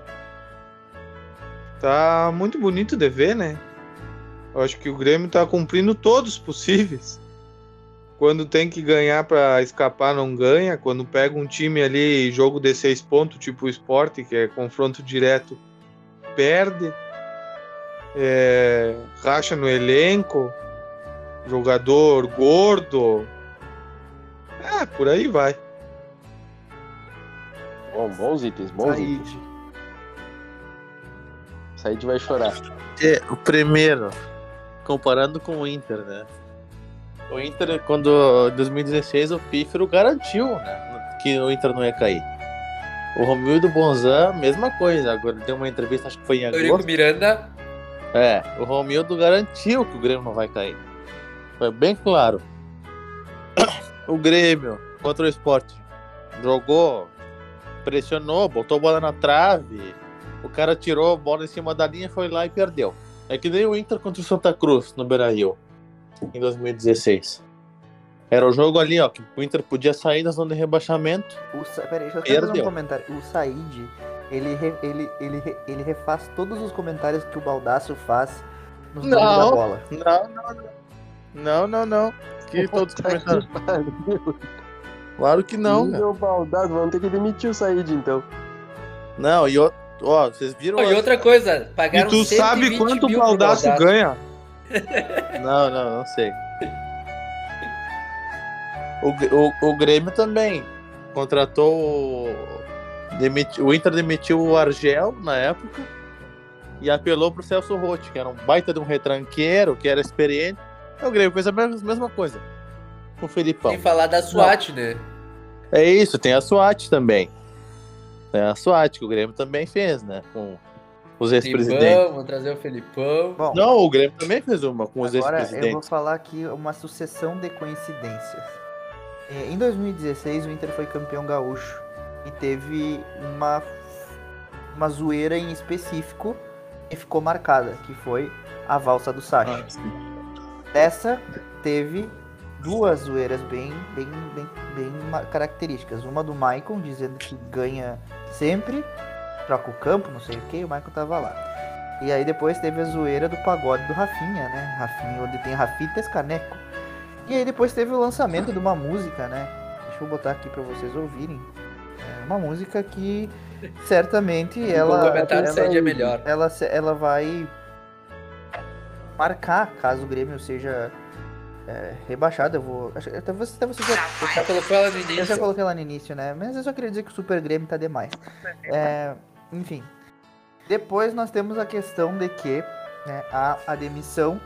G: Tá muito bonito de ver, né? Eu acho que o Grêmio tá cumprindo todos os possíveis. Quando tem que ganhar pra escapar, não ganha. Quando pega um time ali, jogo de 6 pontos, tipo o Sport, que é confronto direto, perde. Racha no elenco. Jogador gordo. Por aí vai.
I: Bons itens, bons itens. Said vai chorar.
J: O primeiro, comparando com o Inter, né? O Inter, quando em 2016, o Pífero garantiu, né, que o Inter não ia cair. O Romildo Bonzan, mesma coisa. Agora deu uma entrevista, acho que foi em
F: Eurico
J: agosto.
F: Miranda.
J: O Romildo garantiu que o Grêmio não vai cair. Foi bem claro. O Grêmio contra o Sport jogou, pressionou, botou a bola na trave. O cara tirou a bola em cima da linha, foi lá e perdeu. É que nem o Inter contra o Santa Cruz no Beira-Rio em 2016. Era o jogo ali, ó, que o Inter podia sair da zona de rebaixamento.
D: Peraí, deixa eu fazer um comentário. O Said, ele refaz todos os comentários que o Baldasso faz nos donos da bola.
J: Não. Que todos os comentários. Claro que não, cara.
I: Meu Baldasso, vamos ter que demitir o Said, então.
J: Não, vocês viram...
F: E outra coisa, pagaram
G: E tu sabe
F: 120
G: quanto o
F: mil pro
G: Baldasso ganha?
J: Não sei. O Grêmio também contratou... O Inter demitiu o Argel na época e apelou pro Celso Roth, que era um baita de um retranqueiro, que era experiente. O Grêmio fez a mesma coisa com o Felipão.
F: Sem falar da SWAT, né?
J: É isso, tem a SWAT também. Tem a SWAT, que o Grêmio também fez, né? Com os ex-presidentes.
F: Vamos trazer o Felipão.
D: Bom,
J: Não, o Grêmio também fez uma com os
D: agora eu vou
J: ex-presidentes.
D: falar aqui uma sucessão de coincidências. Em 2016, o Inter foi campeão gaúcho e teve uma zoeira em específico que ficou marcada, que foi a valsa do Sacha. Dessa teve duas zoeiras bem características. Uma do Maicon, dizendo que ganha sempre, troca o campo, não sei o que, o Maicon tava lá. E aí depois teve a zoeira do pagode do Rafinha, né? Rafinha, onde tem Rafitas Caneco. E aí depois teve o lançamento de uma música, né? Deixa eu botar aqui pra vocês ouvirem. É uma música que certamente
F: O comentário seria melhor.
D: ela vai marcar caso o Grêmio seja rebaixado. Eu vou. Até você
F: Já colocou ela no início.
D: eu já coloquei lá no início, né? Mas eu só queria dizer que o Super Grêmio tá demais. Enfim. Depois nós temos a questão de que, né, a demissão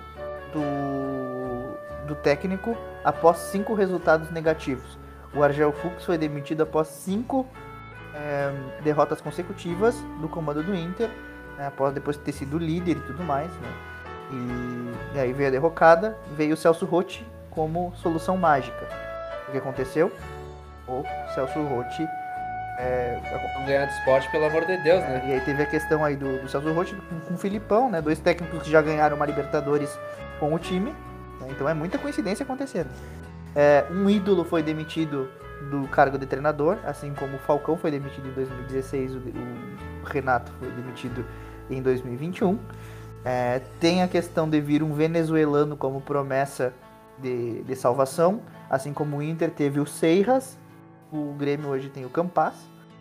D: do técnico após 5 resultados negativos. O Argel Fux foi demitido após 5 derrotas consecutivas do comando do Inter, né, após depois ter sido líder e tudo mais, né? E aí veio a derrocada, veio o Celso Roth como solução mágica. O que aconteceu? O Celso Roth
F: Vamos ganhar do Sport, pelo amor de Deus, né?
D: e aí teve a questão aí do Celso Roth com o Filipão, né? 2 técnicos que já ganharam uma Libertadores com o time, né? Então é muita coincidência acontecendo. Um ídolo foi demitido do cargo de treinador, assim como o Falcão foi demitido em 2016, o Renato foi demitido em 2021. Tem a questão de vir um venezuelano como promessa de salvação, assim como o Inter teve o Seiras, o Grêmio hoje tem o Campas.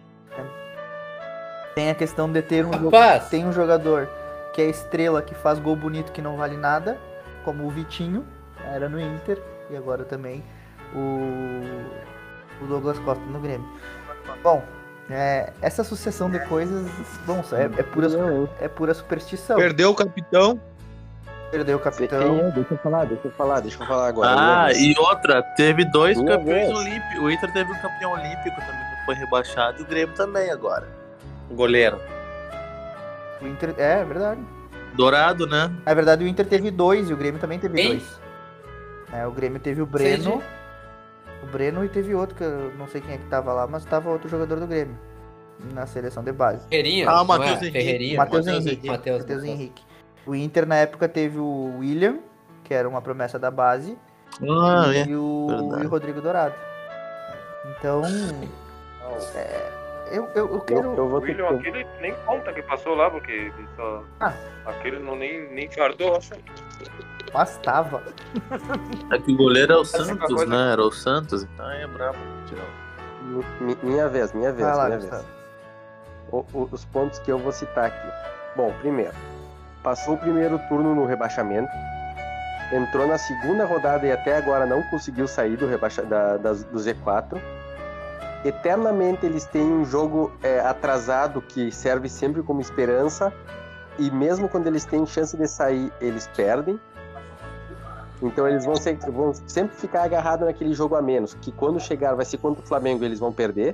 D: Tem a questão de ter tem um jogador que é estrela, que faz gol bonito que não vale nada, como o Vitinho, era no Inter, e agora também o Douglas Costa no Grêmio. Bom, essa sucessão de coisas, bom, é pura superstição.
G: Perdeu o capitão.
D: Deixa eu falar
J: agora. E outra, teve 2 campeões olímpicos. O Inter teve um campeão olímpico também que foi rebaixado, e o Grêmio também agora. O goleiro.
D: O Inter, é verdade.
J: Dourado, né?
D: Na verdade, o Inter teve 2 e o Grêmio também teve 2. O Grêmio teve o Breno.
F: Sim.
D: O Breno, e teve outro que eu não sei quem é que tava lá, mas tava outro jogador do Grêmio na seleção de base.
F: Ferreirinha?
J: O Matheus Henrique.
D: Matheus Henrique. O Inter na época teve o William, que era uma promessa da base, e o Rodrigo Dourado. Então, eu quero...
C: O William, aquele nem conta que passou lá, porque ele só... aquele não nem guardou, acho.
D: Mas tava.
J: É que o goleiro é o Santos, né? Era o Santos, então aí é brabo.
I: Minha vez.
D: Vai lá, Gustavo.
I: Os pontos que eu vou citar aqui. Bom, primeiro, passou o primeiro turno no rebaixamento, entrou na segunda rodada e até agora não conseguiu sair do Z4. Eternamente eles têm um jogo atrasado que serve sempre como esperança, e mesmo quando eles têm chance de sair, eles perdem. Então eles vão sempre ficar agarrados naquele jogo a menos, que quando chegar vai ser contra o Flamengo, eles vão perder.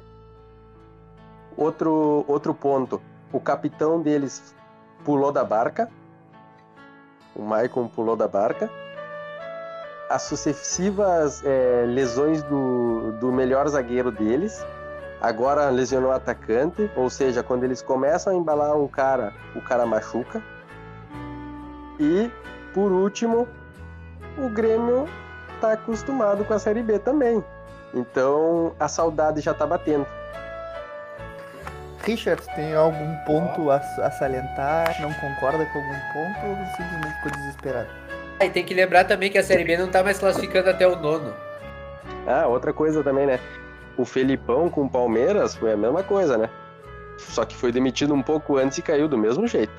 I: Outro ponto, o capitão deles pulou da barca, o Maicon pulou da barca. As sucessivas lesões do melhor zagueiro deles, agora lesionou o atacante, ou seja, quando eles começam a embalar um cara, o cara machuca. E, por último, o Grêmio tá acostumado com a Série B também. Então, a saudade já tá batendo.
D: Richard, tem algum ponto a salientar? Não concorda com algum ponto ou simplesmente ficou desesperado?
F: E tem que lembrar também que a Série B não tá mais classificando até o 9º.
I: Outra coisa também, né? O Felipão com o Palmeiras foi a mesma coisa, né? Só que foi demitido um pouco antes e caiu do mesmo jeito.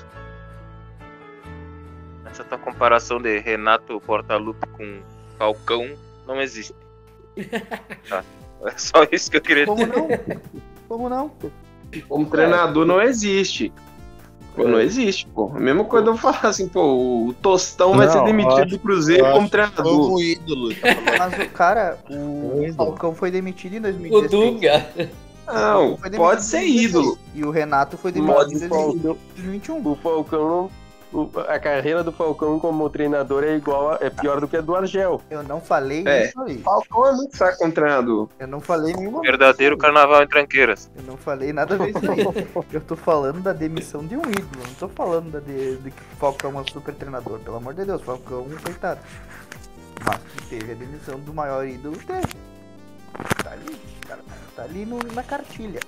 C: Essa tua comparação de Renato Portaluppi com Falcão não existe. Tá. É só isso que eu queria dizer.
D: Como não?
A: Como treinador não existe. Não existe, pô. A mesma coisa eu falar assim, o Tostão vai ser demitido do Cruzeiro como treinador.
J: Como ídolo.
D: Mas o cara, o Falcão foi demitido em 2016.
F: O Dunga.
A: Não, pode ser ídolo.
D: E o Renato foi demitido em 2021.
I: O Falcão, a carreira do Falcão como treinador é pior do que a do Argel.
D: Eu não falei isso aí.
A: Falcão é muito fraco como treinador.
D: Eu não falei nenhuma
C: Verdadeiro carnaval em Tranqueiras.
D: Eu não falei nada a ver isso aí. Eu tô falando da demissão de um ídolo. Não tô falando de que o Falcão é um super treinador. Pelo amor de Deus, Falcão, coitado. Mas que teve a demissão do maior ídolo, teve. Tá ali, cara. Tá ali na cartilha.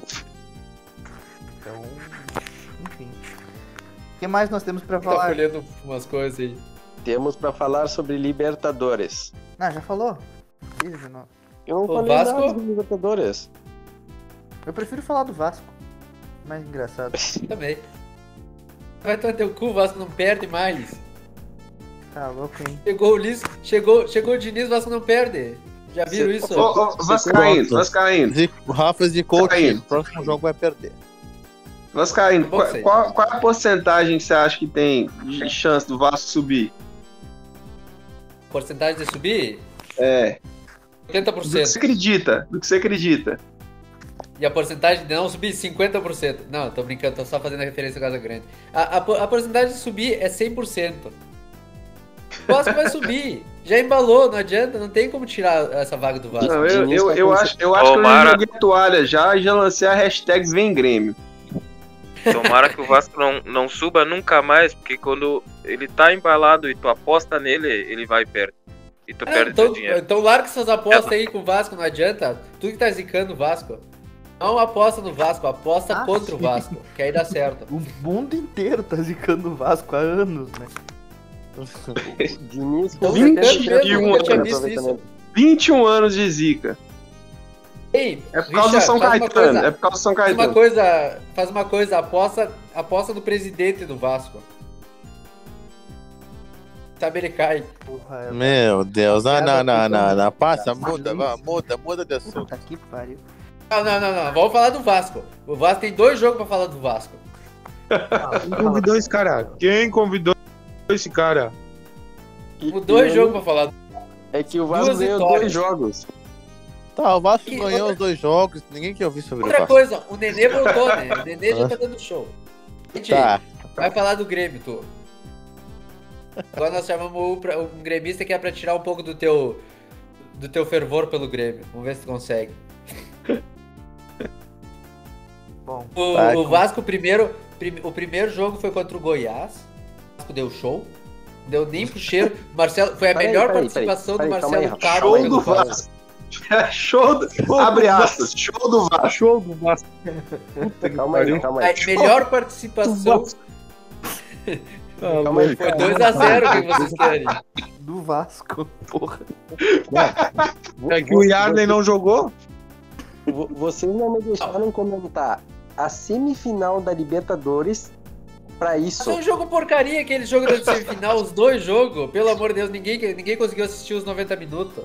D: Então, enfim. O que mais nós temos pra falar?
F: Tá folhando umas coisas aí.
I: Temos pra falar sobre Libertadores.
D: Já falou?
I: Eu não falei
F: Vasco?
I: nada sobre Libertadores.
D: Eu prefiro falar do Vasco. Mais engraçado.
F: Também. Vai tomar teu cu, o Vasco não perde mais.
D: Tá louco, hein?
F: Chegou o Liz, chegou o Diniz, o Vasco não perde. Já viram isso?
A: Vascaíno.
J: O Rafa de coach, o próximo jogo vai perder.
A: Vascaíno, qual a porcentagem que você acha que tem de chance do Vasco subir?
F: Porcentagem de subir?
A: 80%. Do que você acredita.
F: E a porcentagem de não subir, 50%. Não, tô brincando, tô só fazendo a referência ao Casa Grande. A porcentagem de subir é 100%. O Vasco vai subir. Já embalou, não adianta, não tem como tirar essa vaga do Vasco.
A: Não, eu acho que eu joguei a toalha já e já lancei a hashtag Vem Grêmio.
C: Tomara que o Vasco não suba nunca mais, porque quando ele tá embalado e tu aposta nele, ele vai perto. E tu perde teu dinheiro.
F: Então larga essas apostas aí com o Vasco, não adianta. Tu que tá zicando o Vasco. Não aposta no Vasco, aposta contra o Vasco, que aí dá certo.
D: O mundo inteiro tá zicando o Vasco há anos, né?
I: Diniz,
F: Então,
A: 21
F: eu tinha
A: anos.
F: visto isso.
A: 21 anos de zica.
F: Ei,
A: É por causa do
F: Richard,
A: São
F: faz uma
A: Caetano.
F: coisa.
A: É por causa do São
F: Faz uma coisa, aposta no presidente do Vasco. Sabe, ele cai.
D: Porra,
J: Meu Deus, não, passa,
D: Nossa.
J: muda de assunto.
D: Puta que pariu.
F: Não, vamos falar do Vasco. O Vasco tem 2 jogos pra falar do Vasco.
G: Quem convidou esse cara? Quem convidou esse cara?
F: Temos 2 jogos pra falar.
I: É que o Vasco
F: Duas
I: ganhou
F: vitórias.
I: 2 jogos.
J: Tá, o Vasco
F: Que
J: ganhou
F: outra-
J: os 2 jogos, ninguém quer ouvir sobre o
F: Outra
J: Vasco.
F: coisa, o Nenê voltou, né? O Nenê já tá dando show. Gente,
J: Tá,
F: vai falar do Grêmio, tu. Agora nós chamamos um gremista que é pra tirar um pouco do teu fervor pelo Grêmio. Vamos ver se tu consegue.
D: Bom,
F: O Vasco, o primeiro jogo foi contra o Goiás. O Vasco deu show. Deu nem pro cheiro. Marcelo, foi a
I: Peraí,
F: melhor
I: peraí,
F: participação
I: peraí,
F: do
I: calma aí,
F: Marcelo Cabo.
A: Show
F: pelo
A: do
F: Vasco.
A: Vasco. Abre aspas. Show do Vasco.
G: Show do Vasco.
I: Calma aí.
F: A melhor participação
I: Calma aí.
F: foi 2-0 que vocês querem.
D: do Vasco. Porra.
G: É que o Yarley não jogou?
I: Vocês não me deixaram comentar a semifinal da Libertadores pra isso.
F: Foi um jogo porcaria, aquele jogo da semifinal, os 2 jogos. Pelo amor de Deus, ninguém conseguiu assistir os 90 minutos.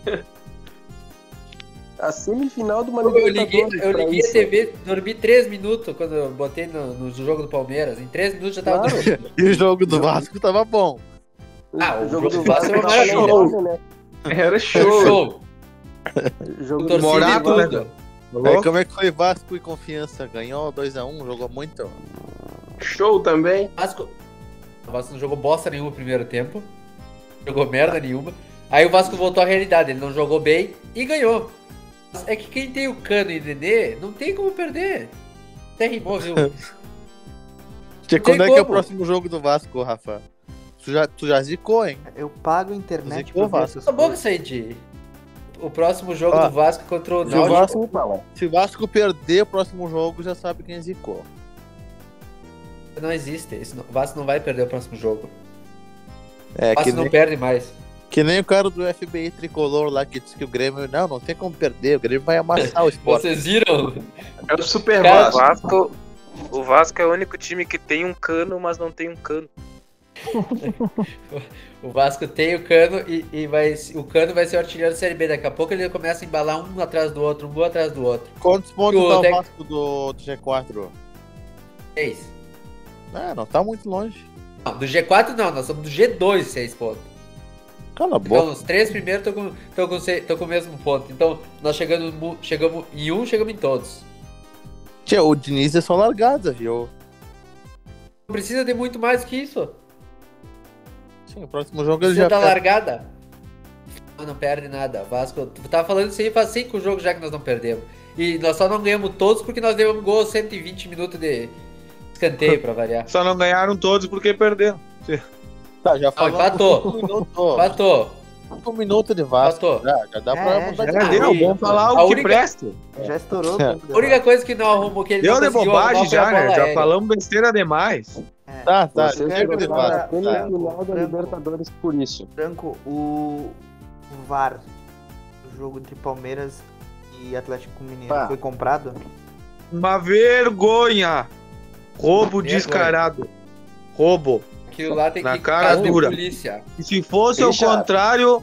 I: A semifinal de uma
F: Eu
I: Libertadores.
F: liguei
I: pra
F: a
I: isso.
F: TV, dormi 3 minutos quando eu botei no jogo do Palmeiras. Em 3 minutos já tava
I: Claro.
F: dormindo.
J: e o jogo do Vasco tava bom.
F: O jogo do
I: do
F: Vasco é uma
I: tava
F: maravilha.
I: show, né?
A: Era
F: Foi um
A: show.
F: show.
I: Jogo do
F: Torcida e
G: Morato, né,
F: tudo.
J: Aí, como é que foi Vasco e Confiança? Ganhou 2-1, jogou muito.
A: Show também.
F: O Vasco não jogou bosta nenhuma no primeiro tempo. Jogou merda nenhuma. Aí o Vasco voltou à realidade. Ele não jogou bem e ganhou. É que quem tem o Cano e o Nenê não tem como perder. Até rimou, viu?
J: Quando é que é o
F: como.
J: próximo jogo do Vasco, Rafa? Tu já zicou, hein?
D: Eu pago a internet
J: Zicou,
D: pra ver
J: Vasco.
D: essas
F: Tá bom,
D: coisas.
F: Said. O próximo jogo
J: Ó,
F: do Vasco contra o
J: se o
F: Náutico.
J: Vasco- Se o Vasco perder o próximo jogo, já sabe quem zicou.
F: Não existe. O Vasco não vai perder o próximo jogo.
J: É,
F: O Vasco não perde mais.
J: que nem o cara do FBI tricolor lá que disse que o Grêmio. Não tem como perder, o Grêmio vai amassar o esporte.
F: Vocês viram?
A: É o Super
F: Cara,
A: Vasco.
C: O Vasco é o único time que tem um cano, mas não tem um cano.
F: O Vasco tem o Cano o Cano vai ser o artilheiro da Série B. Daqui a pouco ele começa a embalar um atrás do outro, um gol atrás do outro.
J: Quantos pontos
F: O
J: tá o
F: Deck-
J: Vasco do G4?
F: 6.
J: Não tá muito longe.
F: Não, do G4 não, nós somos do G2, 6 pontos.
J: Cala a
F: Então
J: boca.
F: os 3 primeiros estão com o mesmo ponto. Então nós chegamos em um, chegamos em todos.
J: Tia, o Diniz é só largada, viu?
F: Não precisa de muito mais que isso.
J: Sim, o próximo jogo ele
F: Precisa
J: já
F: da
J: perde.
F: largada. Não perde nada. Vasco, tu tava falando isso aí faz 5 jogos já que nós não perdemos. E nós só não ganhamos todos porque nós demos gol aos 120 minutos de escanteio pra variar.
G: Só não ganharam todos porque perderam.
J: Tá, já
F: Não,
J: falamos
F: empatou.
J: 5 minutos.
F: Empatou.
J: 5 minutos de Vasco.
F: Empatou.
J: Já dá pra mudar de
G: Já
F: Ah,
G: deu,
F: e-
G: vamos falar
F: a
G: o que
F: única-
G: presta.
D: Já estourou
J: É.
D: tudo.
F: A única coisa que não arrumou, que ele
G: Deu
F: não
G: de
F: conseguiu
G: bobagem
F: arrumar foi a
G: já, né?
F: bola
G: Já
F: aérea.
G: falamos besteira demais.
J: Tá,
I: Vocês
J: chega de
I: jogaram
J: Vasco.
I: a
J: Tá.
I: semifinal da Libertadores por isso.
D: Franco, o VAR do jogo entre Palmeiras e Atlético Mineiro
I: Pá.
D: foi comprado?
G: Uma vergonha. Roubo
F: Vergonha.
G: descarado. Roubo.
F: Aquilo lá tem
G: Na
F: que
G: cara
F: caso de
G: dura.
F: polícia.
G: E se fosse ao
I: Richard.
G: contrário,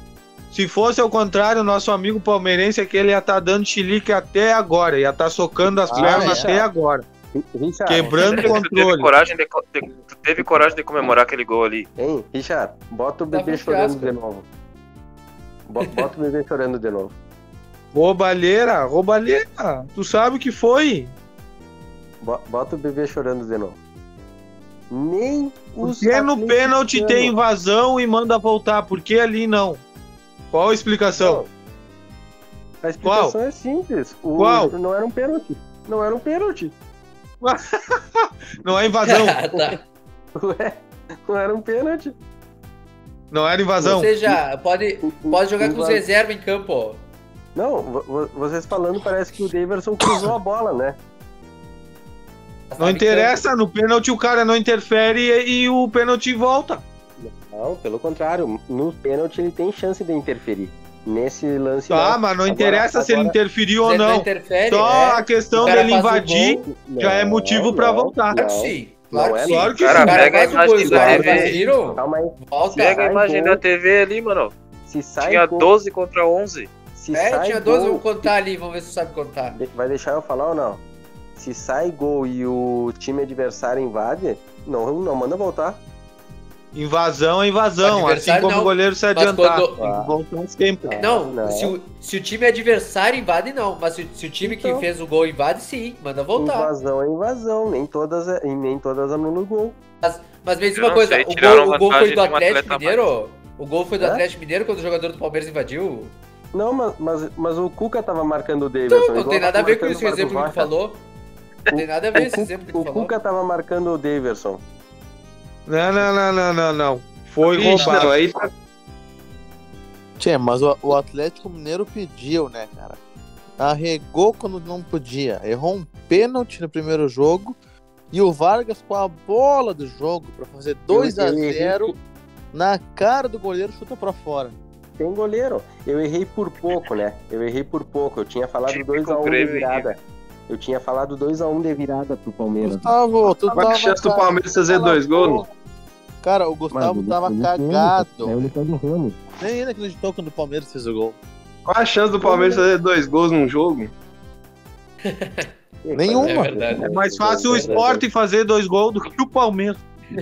G: nosso amigo palmeirense é que ele ia estar dando chilique até agora, ia estar socando as pernas
I: é.
G: até agora,
I: Richard,
G: quebrando o
C: Tu teve
G: controle.
C: coragem de comemorar aquele gol ali.
I: hein, Richard, bota o
F: Tá
I: bebê
F: um
I: chorando
F: fiasco.
I: de novo. Bota o bebê chorando de novo.
G: Roubalheira. Tu sabe o que foi?
I: Bota o bebê chorando de novo. Nem os
G: Porque no pênalti
I: atleticanos-
G: tem invasão e manda voltar, por que ali não? Qual a explicação?
I: A explicação
G: Qual?
I: é simples.
G: Qual?
I: Não era um pênalti. Não era um pênalti.
G: Não é invasão.
F: Tá.
I: Ué, não era um pênalti.
G: Não era invasão.
F: Ou seja, pode jogar com os reservas em campo.
I: Não, vocês falando, parece que o Daverson cruzou a bola, né?
G: Não interessa, no pênalti o cara não interfere e o pênalti volta.
I: Não, pelo contrário, no pênalti ele tem chance de interferir. Nesse lance.
G: Tá, mas não interessa se ele interferiu ou
F: Ele
G: não.
F: interfere,
G: Só a questão
F: O cara
G: dele
F: faz o
G: invadir
F: gol.
G: já é motivo pra voltar.
F: Claro que sim. Claro que sim.
G: Claro que
C: Cara,
G: sim.
F: O cara
C: pega a
F: faz o gol,
C: imagem
F: os
C: da
F: caras
C: TV.
F: vacilam,
I: Calma aí.
F: volta.
C: Pega a
I: sai
C: imagem
I: gol.
C: da TV ali, mano.
I: Se sai
C: Tinha
I: gol,
C: 12 contra 11.
I: se
F: É,
I: sai
F: tinha 12,
I: gol,
F: vamos contar ali, vamos ver se tu sabe contar.
I: Vai deixar eu falar ou não? Se sai gol e o time adversário invade, não manda voltar.
G: Invasão é invasão, assim
F: Adversário
G: como
F: não,
G: o goleiro se
F: mas
G: adiantar.
F: quando-
G: Tem que voltar sempre.
F: Não,
I: não.
F: se o time adversário invade, não. Mas se o time que
I: Então.
F: fez o gol invade, sim, manda voltar.
I: Invasão é invasão, nem todas anulam o gol.
F: Mas me diz
C: Eu
F: uma
C: não
F: coisa,
C: sei,
F: o
C: tiraram
F: gol foi
C: vantagem
F: do
C: de um
F: Atlético
C: atleta a
F: Mineiro? O gol foi do
I: Hã?
F: Atlético Mineiro quando o jogador do Palmeiras invadiu?
I: Não, mas o Cuca tava marcando o Daverson.
F: Então, não
I: igual
F: tem nada
I: tava
F: a ver com
I: marcando
F: isso, o exemplo que tu
I: Marcos Rocha.
F: falou. Não tem nada a ver esse exemplo que tu
I: O
F: falou.
I: Cuca tava marcando o Daverson.
G: Não. Foi
A: Ixi,
G: roubado.
A: não, aí tá.
J: Tchê, mas o Atlético Mineiro pediu, né, cara? Arregou quando não podia. Errou um pênalti no primeiro jogo. E o Vargas com a bola do jogo pra fazer 2-0 na cara do goleiro, chuta pra fora.
I: Tem goleiro. Eu errei por pouco, né? Eu tinha falado
C: Típico
I: 2x1 de
C: Grêmio,
I: virada. Eu tinha falado 2x1 de virada pro Palmeiras.
J: Gustavo, tu
A: Qual a
J: tava...
A: chance do
J: cara,
A: Palmeiras fazer dois gols?
J: Cara, o Gustavo tava cagado.
I: É o Ricardo Ramos.
J: Nem ele acreditou quando o Palmeiras fez o gol.
A: Qual a chance do Palmeiras fazer 2 gols num jogo?
J: Nenhuma.
F: É verdade.
G: É mais fácil o Sport fazer 2 gols do que o Palmeiras.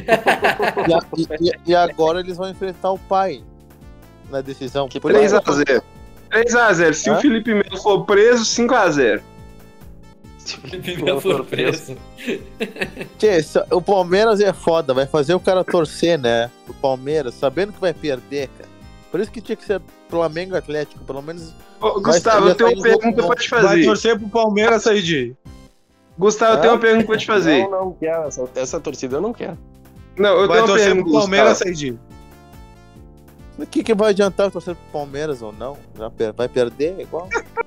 J: E agora eles vão enfrentar o pai na decisão.
I: Que
J: Por isso-
A: 3x0. 3x0. Se
J: Hã?
A: o Felipe Melo for preso, 5x0.
F: Miguel for preso.
J: Tchê, o Palmeiras é foda, vai fazer o cara torcer, né? O Palmeiras, sabendo que vai perder, cara. Por isso que tinha que ser Flamengo e Atlético, pelo menos.
A: Ô, Gustavo, eu tenho uma pergunta pra te
G: Vai
A: fazer.
G: torcer pro Palmeiras sair de.
A: Gustavo, eu tenho uma pergunta pra te fazer.
I: Não quero. Essa torcida eu não quero.
A: Não, eu
G: Vai
A: tenho uma
G: torcer
A: pergunta,
G: pro Palmeiras
A: Gustavo.
G: sair de.
J: O que vai adiantar torcer pro Palmeiras ou não? Vai perder igual?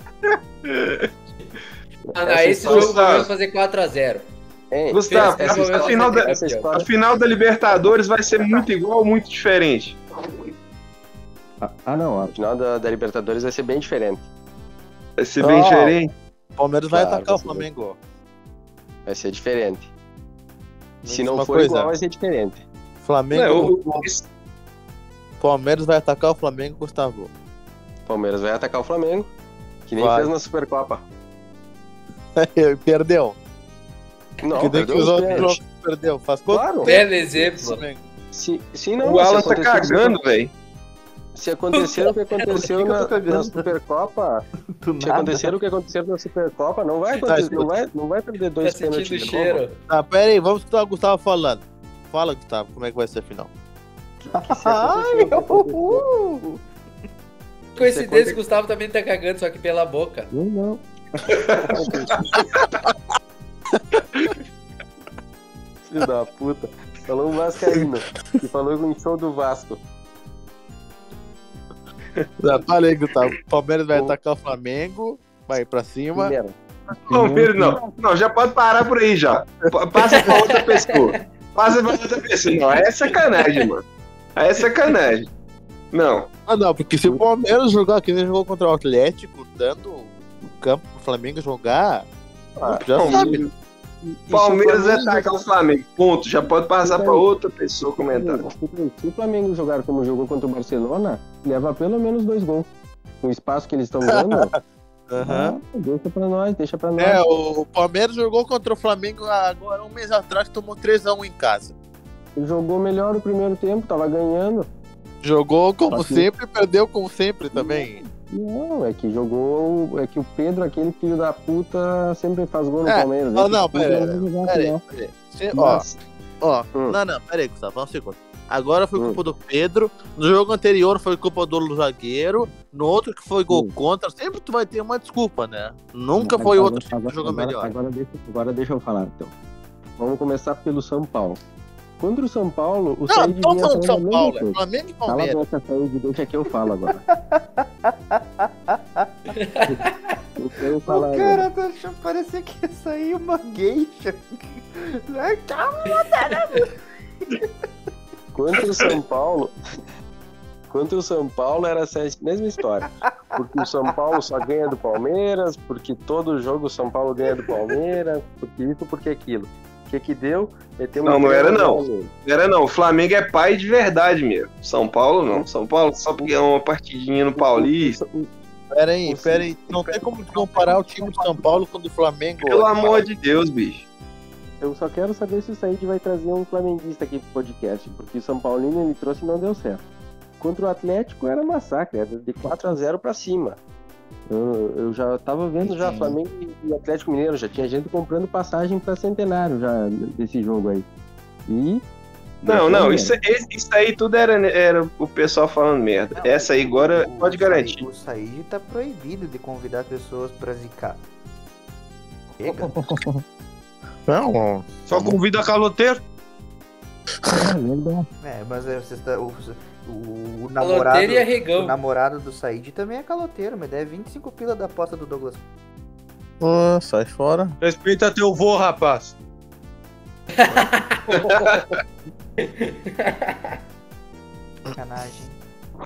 F: Esse jogo vai fazer 4x0.
I: Ei,
A: Gustavo,
F: Essa- essa-
A: a final da-
I: essa história-
A: A final da Libertadores vai ser muito igual ou muito diferente?
I: não. A final da Libertadores vai ser bem diferente.
A: Vai ser bem diferente?
J: O Palmeiras vai
I: Claro,
J: atacar o
I: vai ser
J: Flamengo.
I: Vai ser diferente. Se
J: Diz
I: não
J: uma
I: for
J: coisa,
I: igual, vai ser diferente.
J: Flamengo.
A: Não,
J: Palmeiras vai atacar o Flamengo, Gustavo.
I: O Palmeiras vai atacar o Flamengo, que nem
J: Vai.
I: fez na Supercopa.
J: Perdeu.
I: Não,
J: que nem que
I: perdeu
J: os
I: os
J: outros
I: pênaltis.
J: jogos perdeu. Faz quanto
I: Claro.
F: Belo exemplo.
J: Flamengo?
I: Se não,
A: o Alan
I: se
A: tá
I: acontecer-
A: cagando, velho.
I: Se acontecer o que aconteceu
D: Por que eu tô
I: na
D: cagando?
I: Supercopa,
D: Do
I: se
D: nada.
I: acontecer o que aconteceu na Supercopa, não vai acontecer,
J: escuta.
I: não vai perder
F: Tá
I: 2 pênaltis
F: sentindo o
I: de novo.
F: cheiro.
J: Tá, pera aí, vamos escutar o Gustavo falando. Fala, Gustavo, como é que vai ser a final?
I: Se acontecer o que aconteceu-
F: Coincidência, o Gustavo também tá cagando, só que pela boca.
I: Não. Filho da puta. Falou um Vascaíno. E falou com o show do Vasco.
J: Tá, fala aí, Gustavo. O Palmeiras vai atacar o Flamengo, vai pra cima.
I: Primeiro.
A: Palmeiras não. Não, já pode parar por aí já. Passa pra outra pessoa. Passa pra outra pessoa. Não, aí é sacanagem, mano. Aí é sacanagem. Não.
J: Ah, não, porque se o Palmeiras jogar que nem jogou contra o Atlético, dando o campo pro Flamengo jogar, já
A: não,
J: sabe.
A: Palmeiras vai
I: Flamengo-
A: atacar o Flamengo. Ponto. Já pode passar pra outra pessoa comentar.
I: Se o Flamengo jogar como jogou contra o Barcelona, leva pelo menos 2 gols. Com o espaço que eles estão dando,
J: Aham.
I: deixa pra nós, deixa pra nós.
J: É, o Palmeiras jogou contra o Flamengo agora um mês atrás, tomou 3-1 em casa.
I: Ele jogou melhor o primeiro tempo, tava ganhando.
J: Jogou como
I: Assim.
J: sempre, perdeu como sempre também.
I: Não, é que jogou. É que o Pedro, aquele filho da puta, sempre faz gol no
J: É,
I: Palmeiras.
J: não,
I: Esse
J: não,
I: Pedro
J: pera,
I: não vai jogar,
J: pera aí,
I: não.
J: pera aí. Ó,
I: Mas-
J: Não, pera aí, Gustavo, um segundo. Agora foi
I: Hum.
J: culpa do Pedro, no jogo anterior foi culpa do zagueiro, no outro que foi gol contra, sempre tu vai ter uma desculpa, né? Nunca foi outro time que jogou melhor.
I: Agora deixa eu falar, então. Vamos começar pelo São Paulo. Contra o São Paulo, o
J: Não,
I: Said
J: não tô
I: vinha
J: falando de São
I: falando a
J: Paulo,
I: mesma
J: é
I: coisa.
J: Flamengo e
I: Cala a
J: Palmeiras.
I: boca, Said, deixa que eu falo agora. Eu quero falar
D: O
I: agora.
D: cara tá achando, parecia que ia sair uma geisha.
I: Contra o São Paulo era essa mesma história. Porque o São Paulo só ganha do Palmeiras, porque todo jogo o São Paulo ganha do Palmeiras, porque isso, porque aquilo. O que deu?
A: Não era não. Era não. O Flamengo é pai de verdade mesmo. São Paulo não. São Paulo só porque é uma partidinha no Paulista.
J: Pera aí. Não tem como comparar o time de São Paulo com o do Flamengo.
A: Pelo amor de Deus, bicho.
I: Eu só quero saber se o Said vai trazer um flamenguista aqui pro podcast, porque o São Paulino ele trouxe e não deu certo. Contra o Atlético era massacre, era de 4-0 pra cima. Eu já tava vendo já Flamengo e Atlético Mineiro, já tinha gente comprando passagem pra Centenário já desse jogo aí. E
A: Não, isso aí tudo era o pessoal falando merda.
D: Não,
A: essa aí agora pode garantir.
D: O Said tá proibido de convidar pessoas pra zicar. Chega.
J: Não,
G: Só convida caloteiro.
D: Mas você tá, o
F: Caloteiro e
D: namorado,
F: arregão.
D: o namorado do Said também é caloteiro, mas deve 25 pila da aposta do Douglas.
J: Pô, sai fora.
G: Respeita teu vô, rapaz.
D: Sacanagem.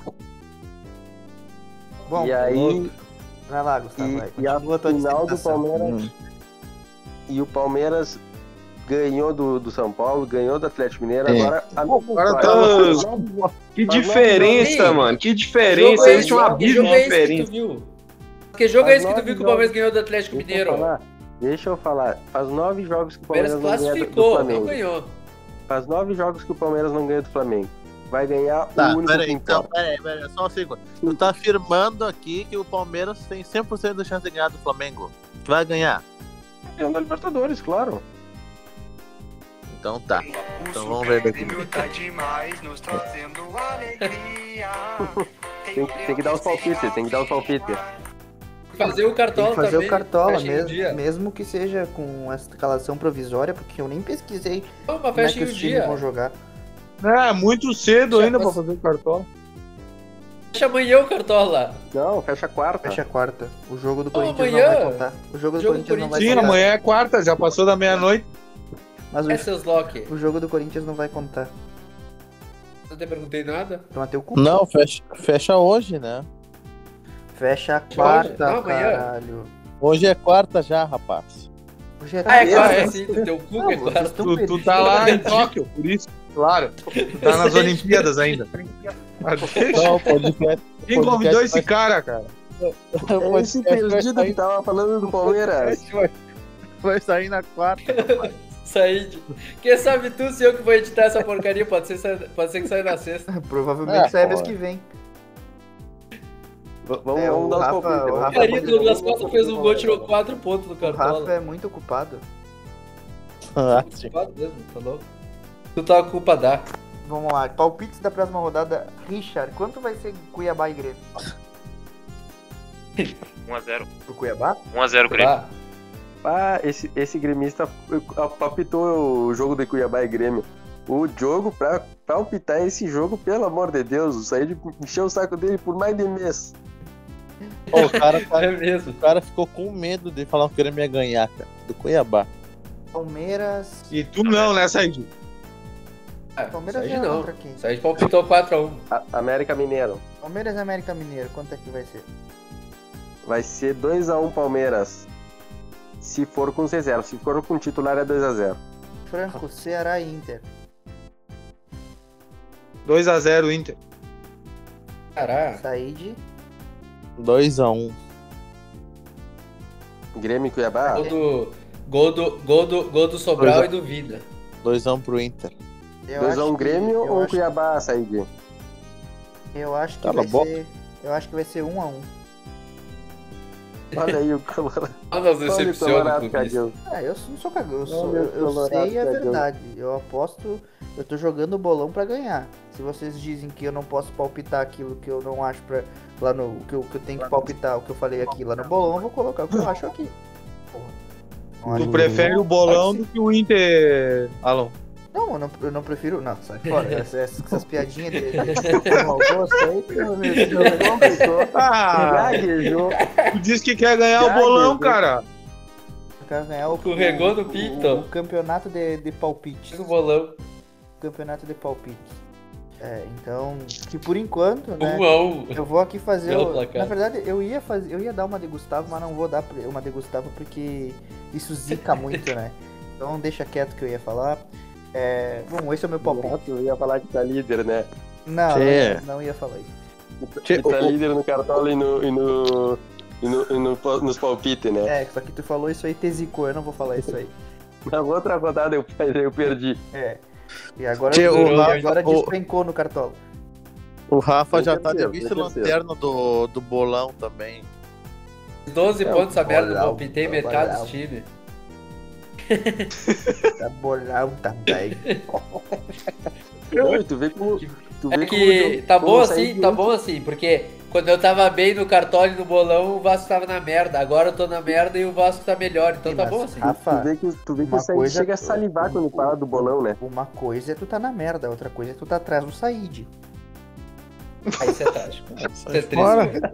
D: Bom,
I: e aí
D: vai lá, Gustavo.
I: e a
D: Continua tua
I: final do
D: dissertação.
I: Palmeiras e o Palmeiras ganhou do São Paulo, ganhou do Atlético Mineiro, agora a
A: Que diferença, mano. Que diferença. Existe um abismo de diferença.
F: Que jogo é esse que tu viu que o Palmeiras ganhou do Atlético Mineiro?
I: Deixa eu falar. Faz 9 jogos que o
F: O Palmeiras
I: Palmeiras não ganha do
F: classificou,
I: Flamengo.
F: não ganhou.
I: Faz 9 jogos que o Palmeiras não ganha do Flamengo. Vai ganhar
J: Tá,
I: o único
J: peraí,
I: que
J: então,
I: importa.
J: peraí, só um segundo. Tu tá afirmando aqui que o Palmeiras tem 100% de chance de ganhar do Flamengo. Que vai ganhar.
I: Campeão da Libertadores, claro.
J: Então tá. Então vamos ver daqui.
E: Tá demais, nos trazendo alegria.
I: Tem que dar os palpites, tem que dar os palpites.
F: Fazer o Cartola
D: Tem que fazer
F: também.
D: o Cartola
F: fecha em um dia.
D: mesmo que seja com essa escalação provisória, porque eu nem pesquisei
F: Uma
D: como é
F: fecha
D: que
F: em um
D: os times
F: dia.
D: vão jogar.
G: É, muito cedo
F: Já
G: ainda pra
F: passou.
G: fazer o cartão.
F: Fecha amanhã o Cartola.
I: Não, fecha quarta.
D: Fecha a quarta. O jogo do
F: Não,
D: Corinthians
F: amanhã.
D: não vai contar. O jogo do
F: Jogo
D: Corinthians não vai
G: Sim,
D: contar.
G: amanhã é quarta, já passou da meia-noite.
D: Mas
F: É seus Loki.
D: o jogo do Corinthians não vai contar.
F: Não te perguntei nada.
D: Toma teu cu.
J: Não, fecha hoje, né?
D: Fecha a quarta,
F: Não, amanhã.
D: caralho.
J: Hoje é quarta já, rapaz.
D: Hoje é
F: Ah, é
D: terça.
F: quarta sim, teu cu
D: Não,
F: é
D: vocês
F: quarta.
D: estão
G: Tu
D: perdidos.
G: tá lá em Tóquio, por isso, claro. Tu tá nas Olimpíadas ainda. Ah, deixa.
J: Não, podcast.
G: Quem convidou esse cara, cara?
I: É esse perdido que tava falando do Palmeiras.
J: Vai sair na quarta, rapaz.
F: Said. Quem sabe tu, se eu que vou editar essa porcaria, pode ser que saia na sexta.
D: Provavelmente sai mês
J: porra.
D: que vem.
I: Vamos,
D: É, o
I: vamos dar os
D: Rafa-
I: palpites.
D: o
I: vamos
D: Rafa-
I: dar os
F: Aí o
I: palpites.
F: Douglas Costa fez um gol, tirou 4 pontos do
D: O
F: Cartola.
D: Rafa é muito ocupado.
J: Ah, sim.
F: Culpado mesmo, tá louco? Tu tá com culpa da.
D: Vamos lá, palpites da próxima rodada. Richard, quanto vai ser Cuiabá e Grêmio?
C: 1x0.
D: Pro Cuiabá?
C: 1x0 Grêmio.
F: Tá.
I: Ah, esse gremista palpitou o jogo de Cuiabá e Grêmio. O jogo, pra palpitar esse jogo, pelo amor de Deus, o Said encheu o saco dele por mais de mês.
J: Ô, o
F: É mesmo.
J: cara ficou com medo de falar que o Grêmio ia ganhar, cara. Do Cuiabá.
D: Palmeiras.
G: E tu não, né, Said?
D: Palmeiras
F: Said
D: é
F: não.
D: contra quem?
F: Said palpitou 4x1.
I: América Mineiro.
D: Palmeiras e América Mineiro, quanto é que vai ser?
I: Vai ser 2x1 Palmeiras. Se for com C0. Se for com titular é 2x0.
D: Franco, Ceará e Inter.
G: 2x0 Inter.
F: Caralho.
D: Said.
J: 2x1.
I: Grêmio e Cuiabá.
F: Gol do Sobral e do Vida.
J: 2x1 pro Inter.
D: Eu
I: 2x1
D: acho que-
I: Grêmio
D: eu
I: ou
D: acho-
I: Cuiabá, Said?
D: Eu acho que
J: Cala
D: vai
J: a boca.
D: ser. Eu acho que vai ser 1x1.
I: Olha aí o Colorado.
F: Ah, nós
I: Olha o
F: decepciona
I: Colorado,
F: com isso.
I: Cadê?
D: Ah, eu não sou cagão,
I: Olha
D: eu
I: o Colorado,
D: sei a
I: cagão.
D: verdade. Eu aposto, eu tô jogando o bolão pra ganhar. Se vocês dizem que eu não posso palpitar aquilo que eu não acho pra. Lá no. Que eu tenho que palpitar o que eu falei aqui lá no bolão, eu vou colocar o que eu acho aqui. Porra. Não
G: Tu
D: acho
G: prefere o bolão do que o Inter, Alon.
D: Não, eu não prefiro. Não, sai fora. Essas piadinhas de mau gosto aí, pelo menos.
I: Gaguejou.
G: Tu disse que quer ganhar o bolão, cara.
D: Eu quero ganhar
F: Escorregou no pinto.
D: o campeonato de palpites.
F: No bolão.
D: Campeonato de palpites. Então, que por enquanto, né?
F: 1-1.
D: Eu vou aqui fazer.
F: Pelo placar.
D: Na verdade, eu ia dar uma de Gustavo, mas não vou dar uma de Gustavo porque isso zica muito, né? Então deixa quieto que eu ia falar. Bom, esse é o meu palpite.
I: Eu ia falar que tá líder, né?
D: Não ia falar isso.
I: Ele tá líder no Cartola e nos palpites, né?
D: Só que tu falou isso aí, te zicou, eu não vou falar isso aí.
I: Na outra rodada eu perdi.
D: E agora,
J: Rafa,
D: despencou no Cartola.
J: O Rafa
I: Eu
J: já
I: terceiro,
J: tá de
I: eu
J: vice-lanterna do bolão também.
F: 12 pontos a merda,
D: bolão,
F: palpitei metade
D: bolão.
F: dos times.
D: Tá bolão também.
I: Não, tu vê como.
F: É que tá bom assim, porque quando eu tava bem no Cartola e no bolão, o Vasco tava na merda. Agora eu tô na merda e o Vasco tá melhor, então tá bom assim.
D: Rafa,
I: Tu vê que o
D: uma
I: Said
D: coisa-
I: chega a salivar quando fala do bolão, né?
D: uma coisa é tu tá na merda, outra coisa é tu tá atrás do Said.
F: Aí isso é trágico. Isso é triste.
J: Fora.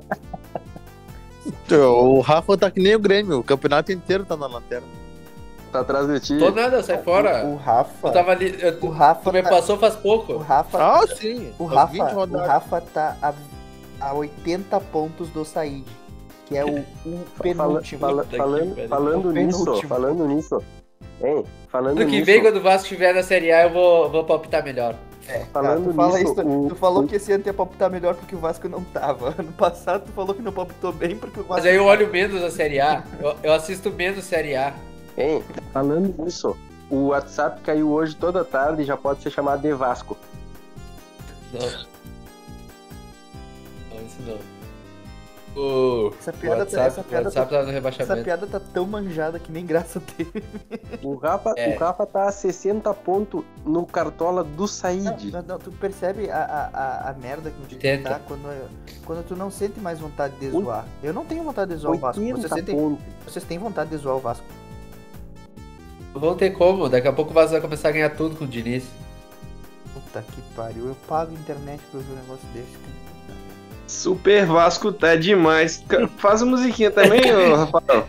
J: O Rafa tá que nem o Grêmio, o campeonato inteiro tá na lanterna.
I: Tá atrás de ti.
F: Tô nada, sai fora.
D: O Rafa.
F: Eu tava ali.
D: O Rafa
F: Tu me
D: tá-
F: passou faz
D: O
F: pouco.
D: Rafa.
J: Sim.
D: O
J: As 20
D: Rafa, o
J: rodadas.
D: Rafa tá a 80 pontos do Said, que é o penúltimo.
F: Puta que pariu.
I: Falando
D: O
I: nisso. Hein? Falando
F: Ano que
I: nisso.
F: vem, quando o Vasco estiver na Série A, eu vou palpitar melhor.
I: Falando
D: tu fala
I: nisso,
D: isso, tu falou que esse ano ia palpitar melhor porque o Vasco não tava. Ano passado tu falou que não palpitou bem porque o Vasco.
F: Mas aí eu olho menos a Série A. Eu assisto menos Série A.
I: Hein? Falando nisso, o WhatsApp caiu hoje toda tarde e já pode ser chamado de Vasco.
F: Não. Não, isso não. O
D: Essa piada,
F: WhatsApp,
D: essa piada,
F: WhatsApp tá no
D: essa
F: rebaixamento.
D: piada tá tão manjada que nem graça teve.
I: O Rafa tá a 60 pontos no Cartola do Said.
D: Não, tu percebe a merda que tu
F: Tenta.
D: tá quando tu não sente mais vontade de zoar. Eu não tenho vontade de zoar o Vasco.
I: 80 pontos.
D: Vocês têm vontade de zoar o Vasco.
F: Não vão ter como. Daqui a pouco o Vasco vai começar a ganhar tudo com o Diniz.
D: Puta que pariu. Eu pago internet pra ver um negócio desse, cara.
A: Super Vasco tá demais. Faz a musiquinha também, ô Rafael.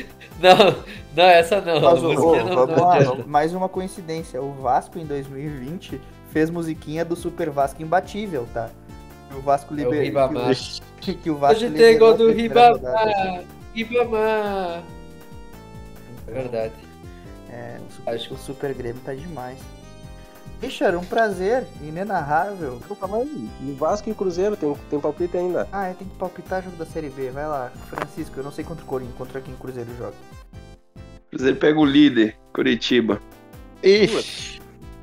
F: Não, essa não.
D: Mas,
F: A musiquinha não
D: vamos lá,
F: adianta.
D: mais uma coincidência. O Vasco em 2020 fez musiquinha do Super Vasco imbatível, tá? O Vasco
F: É o
D: liberou.
F: Ribamar.
D: Que o Vasco
F: Hoje tem gol do
D: liberou a terceira rodada.
F: Ribamar. Ribamar. É verdade.
D: O Super Grêmio tá demais. Richard, um prazer inenarrável.
I: Eu tô falando, no Vasco e Cruzeiro tem palpite ainda.
D: Tem que palpitar jogo da Série B. Vai lá, Francisco. Eu não sei contra quem o Cruzeiro joga.
A: Cruzeiro pega o líder, Curitiba.
J: Ixi.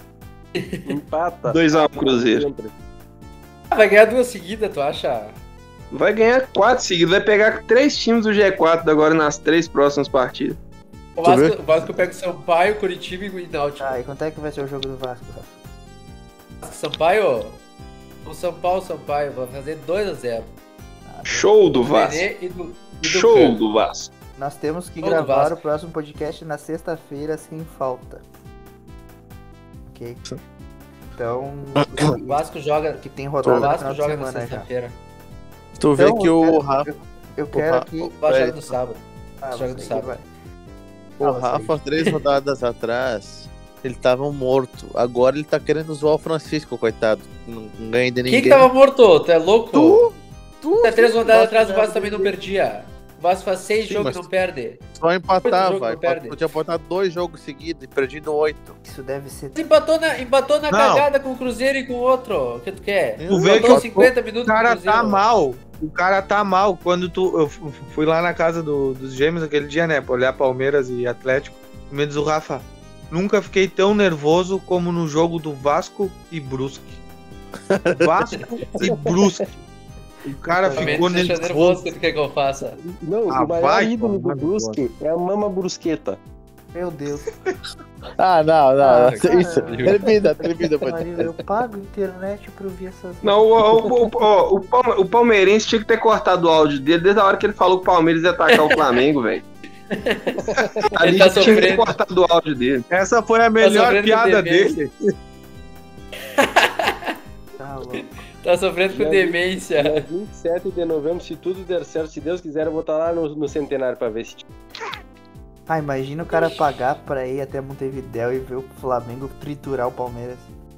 I: Empata.
A: 2x1 Cruzeiro.
F: Vai ganhar 2 seguidas, tu acha?
A: Vai ganhar 4 seguidos. Vai pegar 3 times do G4 agora nas 3 próximas partidas.
F: O Vasco pega o Sampaio, Curitiba e o Náutico.
D: E quanto é que vai ser o jogo do Vasco, Rafa?
F: Sampaio? O Sampaio vai fazer 2x0.
A: Show do Vasco.
F: E do
A: Show
F: Cano.
A: do Vasco.
D: Nós temos que
F: Show do
D: gravar
F: Vasco.
D: o próximo podcast na sexta-feira sem falta. Ok? Então,
F: O Vasco joga.
D: que tem
F: O
D: rodada no
F: Vasco
D: final de
F: joga na
D: semana já.
F: sexta-feira.
J: Tu vê
D: Então,
J: que o Rafa.
D: Eu quero aqui.
F: O Vasco joga no sábado. Joga no
D: você
F: sábado.
D: vai.
J: O
D: Fala,
J: Rafa,
D: Said.
J: 3 rodadas atrás, ele tava morto. Agora ele tá querendo zoar o Francisco, coitado. Não ganha de ninguém.
F: Quem que tava morto? Tu é louco?
J: Tu?
F: Até 3 rodadas atrás o
J: Vasco
F: Vasco também não perdia. O Vasco faz 6
J: Sim,
F: jogos
J: mas-
F: e não perde.
J: Só
F: Quantos
J: empatava.
F: jogos não perde?
J: Podia botar 2 jogos seguidos e perdido 8.
D: Isso deve ser.
F: Empatou na
G: Não.
F: cagada com o Cruzeiro e com o outro. O que tu quer?
J: Tu
G: vê
F: Empatou
G: que
F: 50 minutos
G: O cara
F: com o Cruzeiro.
G: tá mal. O cara tá mal. Quando eu fui lá na casa dos gêmeos aquele dia, né? Pra olhar Palmeiras e Atlético. Me diz o Rafa. Nunca fiquei tão nervoso como no jogo do Vasco e Brusque. Vasco e Brusque. O cara
F: Também
G: ficou
F: tu deixa
G: nervoso.
F: nervoso que tu quer que eu faça.
I: Não,
G: Ah,
I: o maior
G: vai
I: ídolo do
G: tomar no
I: Brusque é a Mama Brusqueta.
D: Meu Deus.
J: Não.
D: cara.
J: Isso. Termina,
D: Maria, eu pago internet pra ouvir essas.
A: Não, o palmeirense tinha que ter cortado o áudio dele desde a hora que ele falou que o Palmeiras ia atacar o Flamengo, velho. Ali
F: tá
A: já tinha
F: sofrendo.
A: cortado o áudio dele.
G: Essa foi a melhor
F: sofrendo
G: piada
F: demência.
G: dele.
D: Tá louco.
F: Tá sofrendo com
I: Já-
F: demência.
I: Dia 27 de novembro, se tudo der certo, se Deus quiser, eu vou estar lá no centenário pra ver se.
D: Ah, imagina o cara pagar pra ir até Montevidéu e ver o Flamengo triturar o Palmeiras.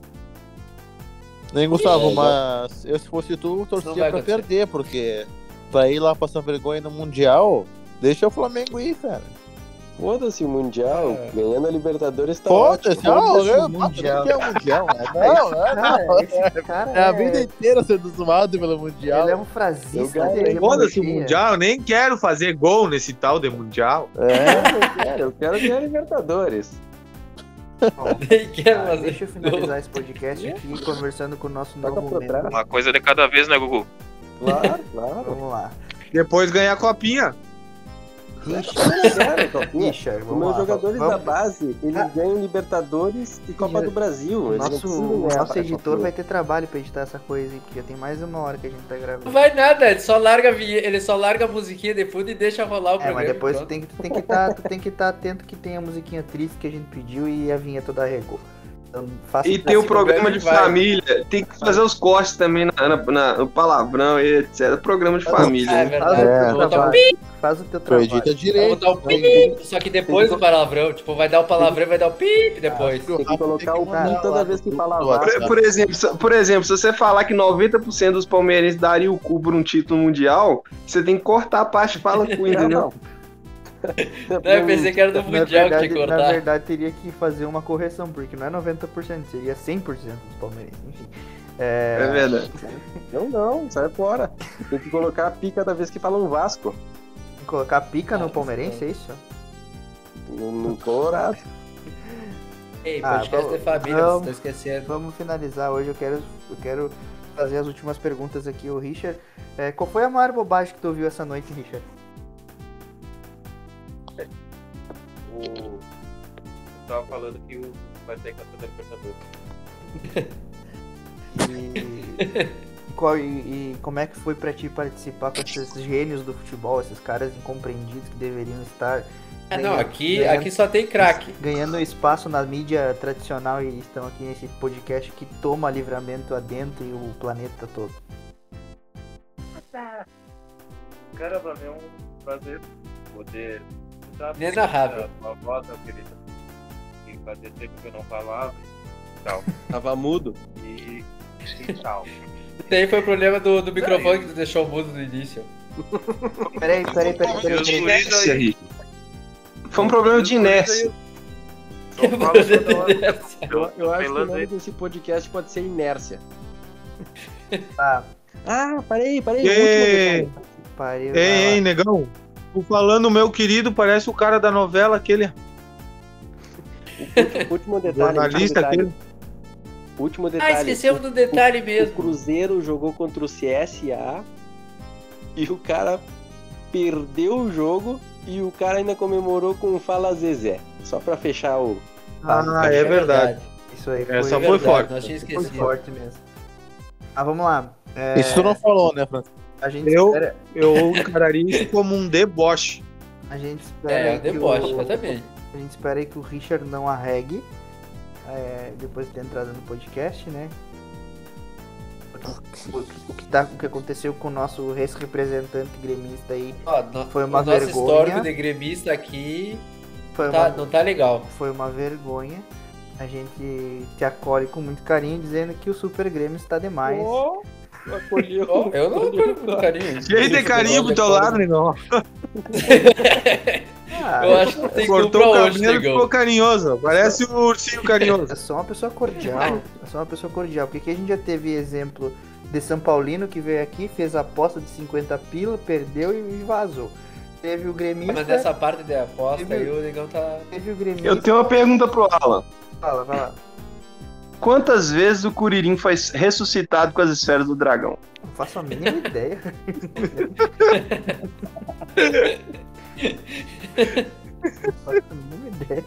J: Nem Gustavo, mas eu se fosse tu,
F: Não
J: torcia
F: vai
J: pra
F: acontecer.
J: perder, porque pra ir lá passar vergonha no Mundial, deixa o Flamengo ir, cara.
I: Foda-se o Mundial,
F: É.
I: ganhando a Libertadores tá
J: Foda-se,
I: ótimo.
J: não,
D: Foda-se o
J: eu
D: Mundial.
J: que é o Mundial, né? Não,
D: Esse cara
J: é a vida inteira sendo zoado pelo Mundial.
D: ele é um frasista
I: Eu ganhei.
D: de
G: Foda-se o
D: demagogia.
G: Mundial, eu nem quero fazer gol nesse tal de Mundial.
I: Eu quero ganhar a Libertadores.
F: Nem quero fazer.
D: Deixa eu finalizar esse podcast aqui conversando com o nosso
I: Toca
D: novo
I: pro
D: membro.
I: trás.
C: Uma coisa de cada vez, né, Gugu?
I: Claro, claro.
D: Vamos lá.
G: Depois ganhar a copinha.
I: Sério, Copinha.
D: Richard,
I: Os
D: vamos
I: meus
D: lá.
I: jogadores da
D: Vamos-
I: base, eles ganham Libertadores e Copa do Brasil.
D: O
I: Eles não
D: nosso,
I: precisam
D: o
I: ganhar
D: nosso
I: pra
D: editor
I: Copinha.
D: vai ter trabalho pra editar essa coisa aí, que já tem mais de 1 hora que a gente tá
F: Não
D: gravando.
F: vai nada, ele só larga a musiquinha de fundo e deixa rolar o programa.
D: Mas depois tu
F: pronto.
D: tem que estar atento que tem a musiquinha triste que a gente pediu e a vinheta da Rego. Então, faça
A: E tem o
F: Assim,
A: programa
F: o
A: de
F: vai.
A: família. Tem que fazer os cortes também no palavrão e etc. Programa de família.
F: É
A: né?
D: Faz o
F: verdade.
D: teu
F: Vou botar um
D: trabalho. Faz o teu
J: Tu
D: trabalho.
J: edita
F: Vou
J: direito.
F: botar o pi, só que depois do palavrão. Tipo, vai dar o palavrão e vai dar o pi depois.
I: Tem que colocar o
J: mandar
I: pi toda
J: lá
I: vez que
J: no
I: falar
J: grupo do
I: Vasco.
A: Por exemplo, se você falar que 90% dos palmeirenses dariam o cu por um título mundial, você tem que cortar a parte que fala cu, entendeu?
F: Não, eu pensei que era do Mundial que tinha que
D: Na
F: cortar.
D: verdade, teria que fazer uma correção, porque não é 90%, seria 100% dos palmeirenses. Enfim.
A: É verdade.
I: Não, sai fora. Tem que colocar a pi cada vez que falam Vasco.
D: Colocar pica no palmeirense, é isso?
I: No Colorado.
F: Ei,
D: Ah,
F: podcast
D: vamos-
F: de família, vocês
D: vamos-
F: estão esquecendo.
D: Vamos finalizar hoje. Eu quero fazer as últimas perguntas aqui. O Richard, qual foi a maior bobagem que tu ouviu essa noite, Richard?
C: Eu tava falando que o vai ter campeão da Libertadores.
D: E como é que foi pra ti participar com esses gênios do futebol, esses caras incompreendidos que deveriam estar
F: Ah, não, aqui
D: ganhando-
F: só tem craque.
D: ganhando espaço na mídia tradicional e estão aqui nesse podcast que toma Livramento adentro e o planeta todo.
C: Cara, pra mim é um prazer poder escutar
F: Inenarrável.
C: a voz, meu querido. E fazer tempo que eu não falava e tal.
I: Tava mudo.
C: E tal.
F: Esse aí foi o problema do microfone que tu deixou mudo no início.
D: Peraí.
A: Inércia, Rick. Foi um problema de inércia.
C: Só falo toda hora.
I: Eu acho que o
C: Pelando
I: nome
C: aí.
I: desse podcast pode ser Inércia.
D: Tá,
I: Ah, parei.
G: Ei,
I: Último detalhe.
D: pariu.
G: ei, negão. Tu falando, meu querido, parece o cara da novela, aquele
I: Último detalhe.
G: jornalista, aquele.
I: Último detalhe.
F: Ah, esquecemos do detalhe
I: O
F: mesmo.
I: Cruzeiro jogou contra o CSA e o cara perdeu o jogo e o cara ainda comemorou com Fala Zezé. Só pra fechar o.
G: Ah, é verdade.
D: Isso aí foi,
G: Essa
F: É
G: foi
F: verdade,
G: forte.
F: Nós tínhamos
D: foi
F: esquecido.
D: forte mesmo. Ah, vamos lá.
J: Isso tu não falou, né, Francisco?
D: A gente
G: Eu-
D: espera,
G: Eu encararia isso como um deboche.
D: a gente espera
F: É,
D: aí que
F: deboche,
D: o-
F: eu também.
D: A gente espera aí que o Richard não arregue depois de ter entrado no podcast, né? O que aconteceu com o nosso representante gremista aí
F: Ó,
D: Foi uma
F: o nosso
D: vergonha.
F: histórico de gremista aqui
D: foi
F: não tá legal.
D: foi uma vergonha. A gente te acolhe com muito carinho, dizendo que o Super Grêmio está demais.
F: Ó, eu não acolho com carinho.
G: Cheio de carinho pro teu lado, negão.
D: Ah,
F: Eu acho que tem que
G: Cortou
F: comprar
G: o
F: hoje,
G: cabelo e
F: negão.
G: ficou carinhoso. Parece o ursinho carinhoso.
D: é só uma pessoa cordial. É só uma pessoa cordial. Porque aqui a gente já teve exemplo de São Paulino que veio aqui, fez a aposta de 50 pila, perdeu e vazou. Teve o gremista.
F: Mas nessa parte de aposta aí o negão tá.
D: Teve o gremista.
A: Eu tenho uma pergunta pro Alan.
D: Fala, vai lá.
A: Quantas vezes o Curirim foi ressuscitado com as esferas do dragão?
D: Não faço a mínima ideia. Não faço a mínima ideia.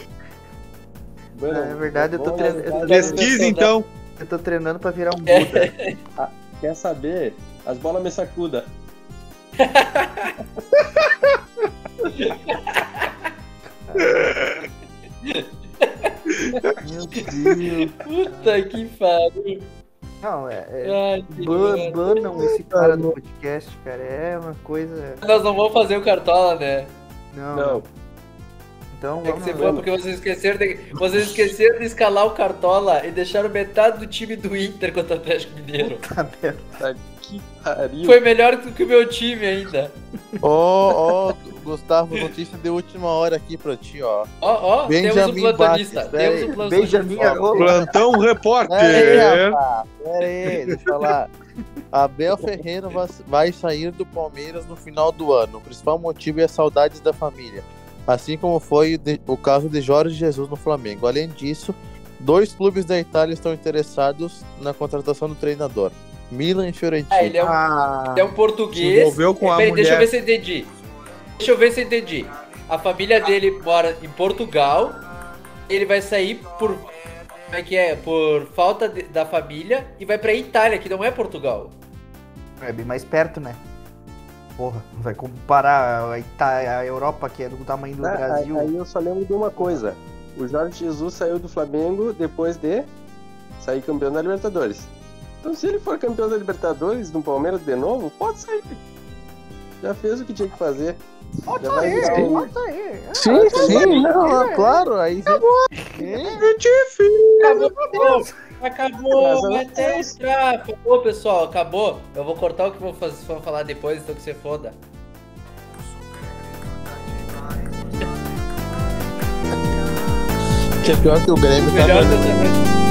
D: Na verdade, eu tô treinando.
G: Pesquisa, então.
D: Eu tô treinando pra virar um Buda.
I: Quer saber? As bolas me sacuda.
D: Meu Deus.
F: Puta que pariu.
D: Não,
F: Ai, que
D: banam esse cara do podcast, cara. É uma coisa.
F: Nós não vamos fazer o Cartola, né?
D: Não. Então
F: É que
D: vamos
F: você foi porque vocês esqueceram de escalar o Cartola e deixaram metade do time do Inter contra o Atlético Mineiro.
D: Puta merda.
I: Que pariu.
F: Foi melhor do que o meu time ainda.
J: Ó, Gustavo, notícia de última hora aqui pra ti, ó.
F: Ó, temos um plantonista. Temos um plantonista.
D: Benjamin Arrola.
G: Plantão repórter.
J: Pera aí, deixa eu falar. Abel Ferreira vai sair do Palmeiras no final do ano. O principal motivo é saudades da família. Assim como foi o caso de Jorge Jesus no Flamengo. Além disso, 2 clubes da Itália estão interessados na contratação do treinador. Milan e Fiorentina.
F: Ele é um português.
G: Se envolveu com a mulher.
F: Deixa eu ver se eu entendi. A família dele mora em Portugal. Ele vai sair por... Como é que é? Por falta da família e vai pra Itália, que não é Portugal.
D: É bem mais perto, né? Porra, vai comparar a Europa, que é do tamanho do Brasil.
I: Aí eu só lembro de uma coisa. O Jorge Jesus saiu do Flamengo depois de sair campeão da Libertadores. Então se ele for campeão da Libertadores no Palmeiras de novo, pode sair. Já fez o que tinha que fazer.
D: Pode
I: Já vai
D: sair,
I: virar um-
D: pode sair.
J: Sim, não, claro. Aí
F: Acabou, vai até entrar. Acabou, pessoal, acabou. Eu vou cortar o que vou falar depois, então que você foda.
J: que é pior que o Grêmio tá
F: Melhor
J: dando-
F: dessa vez.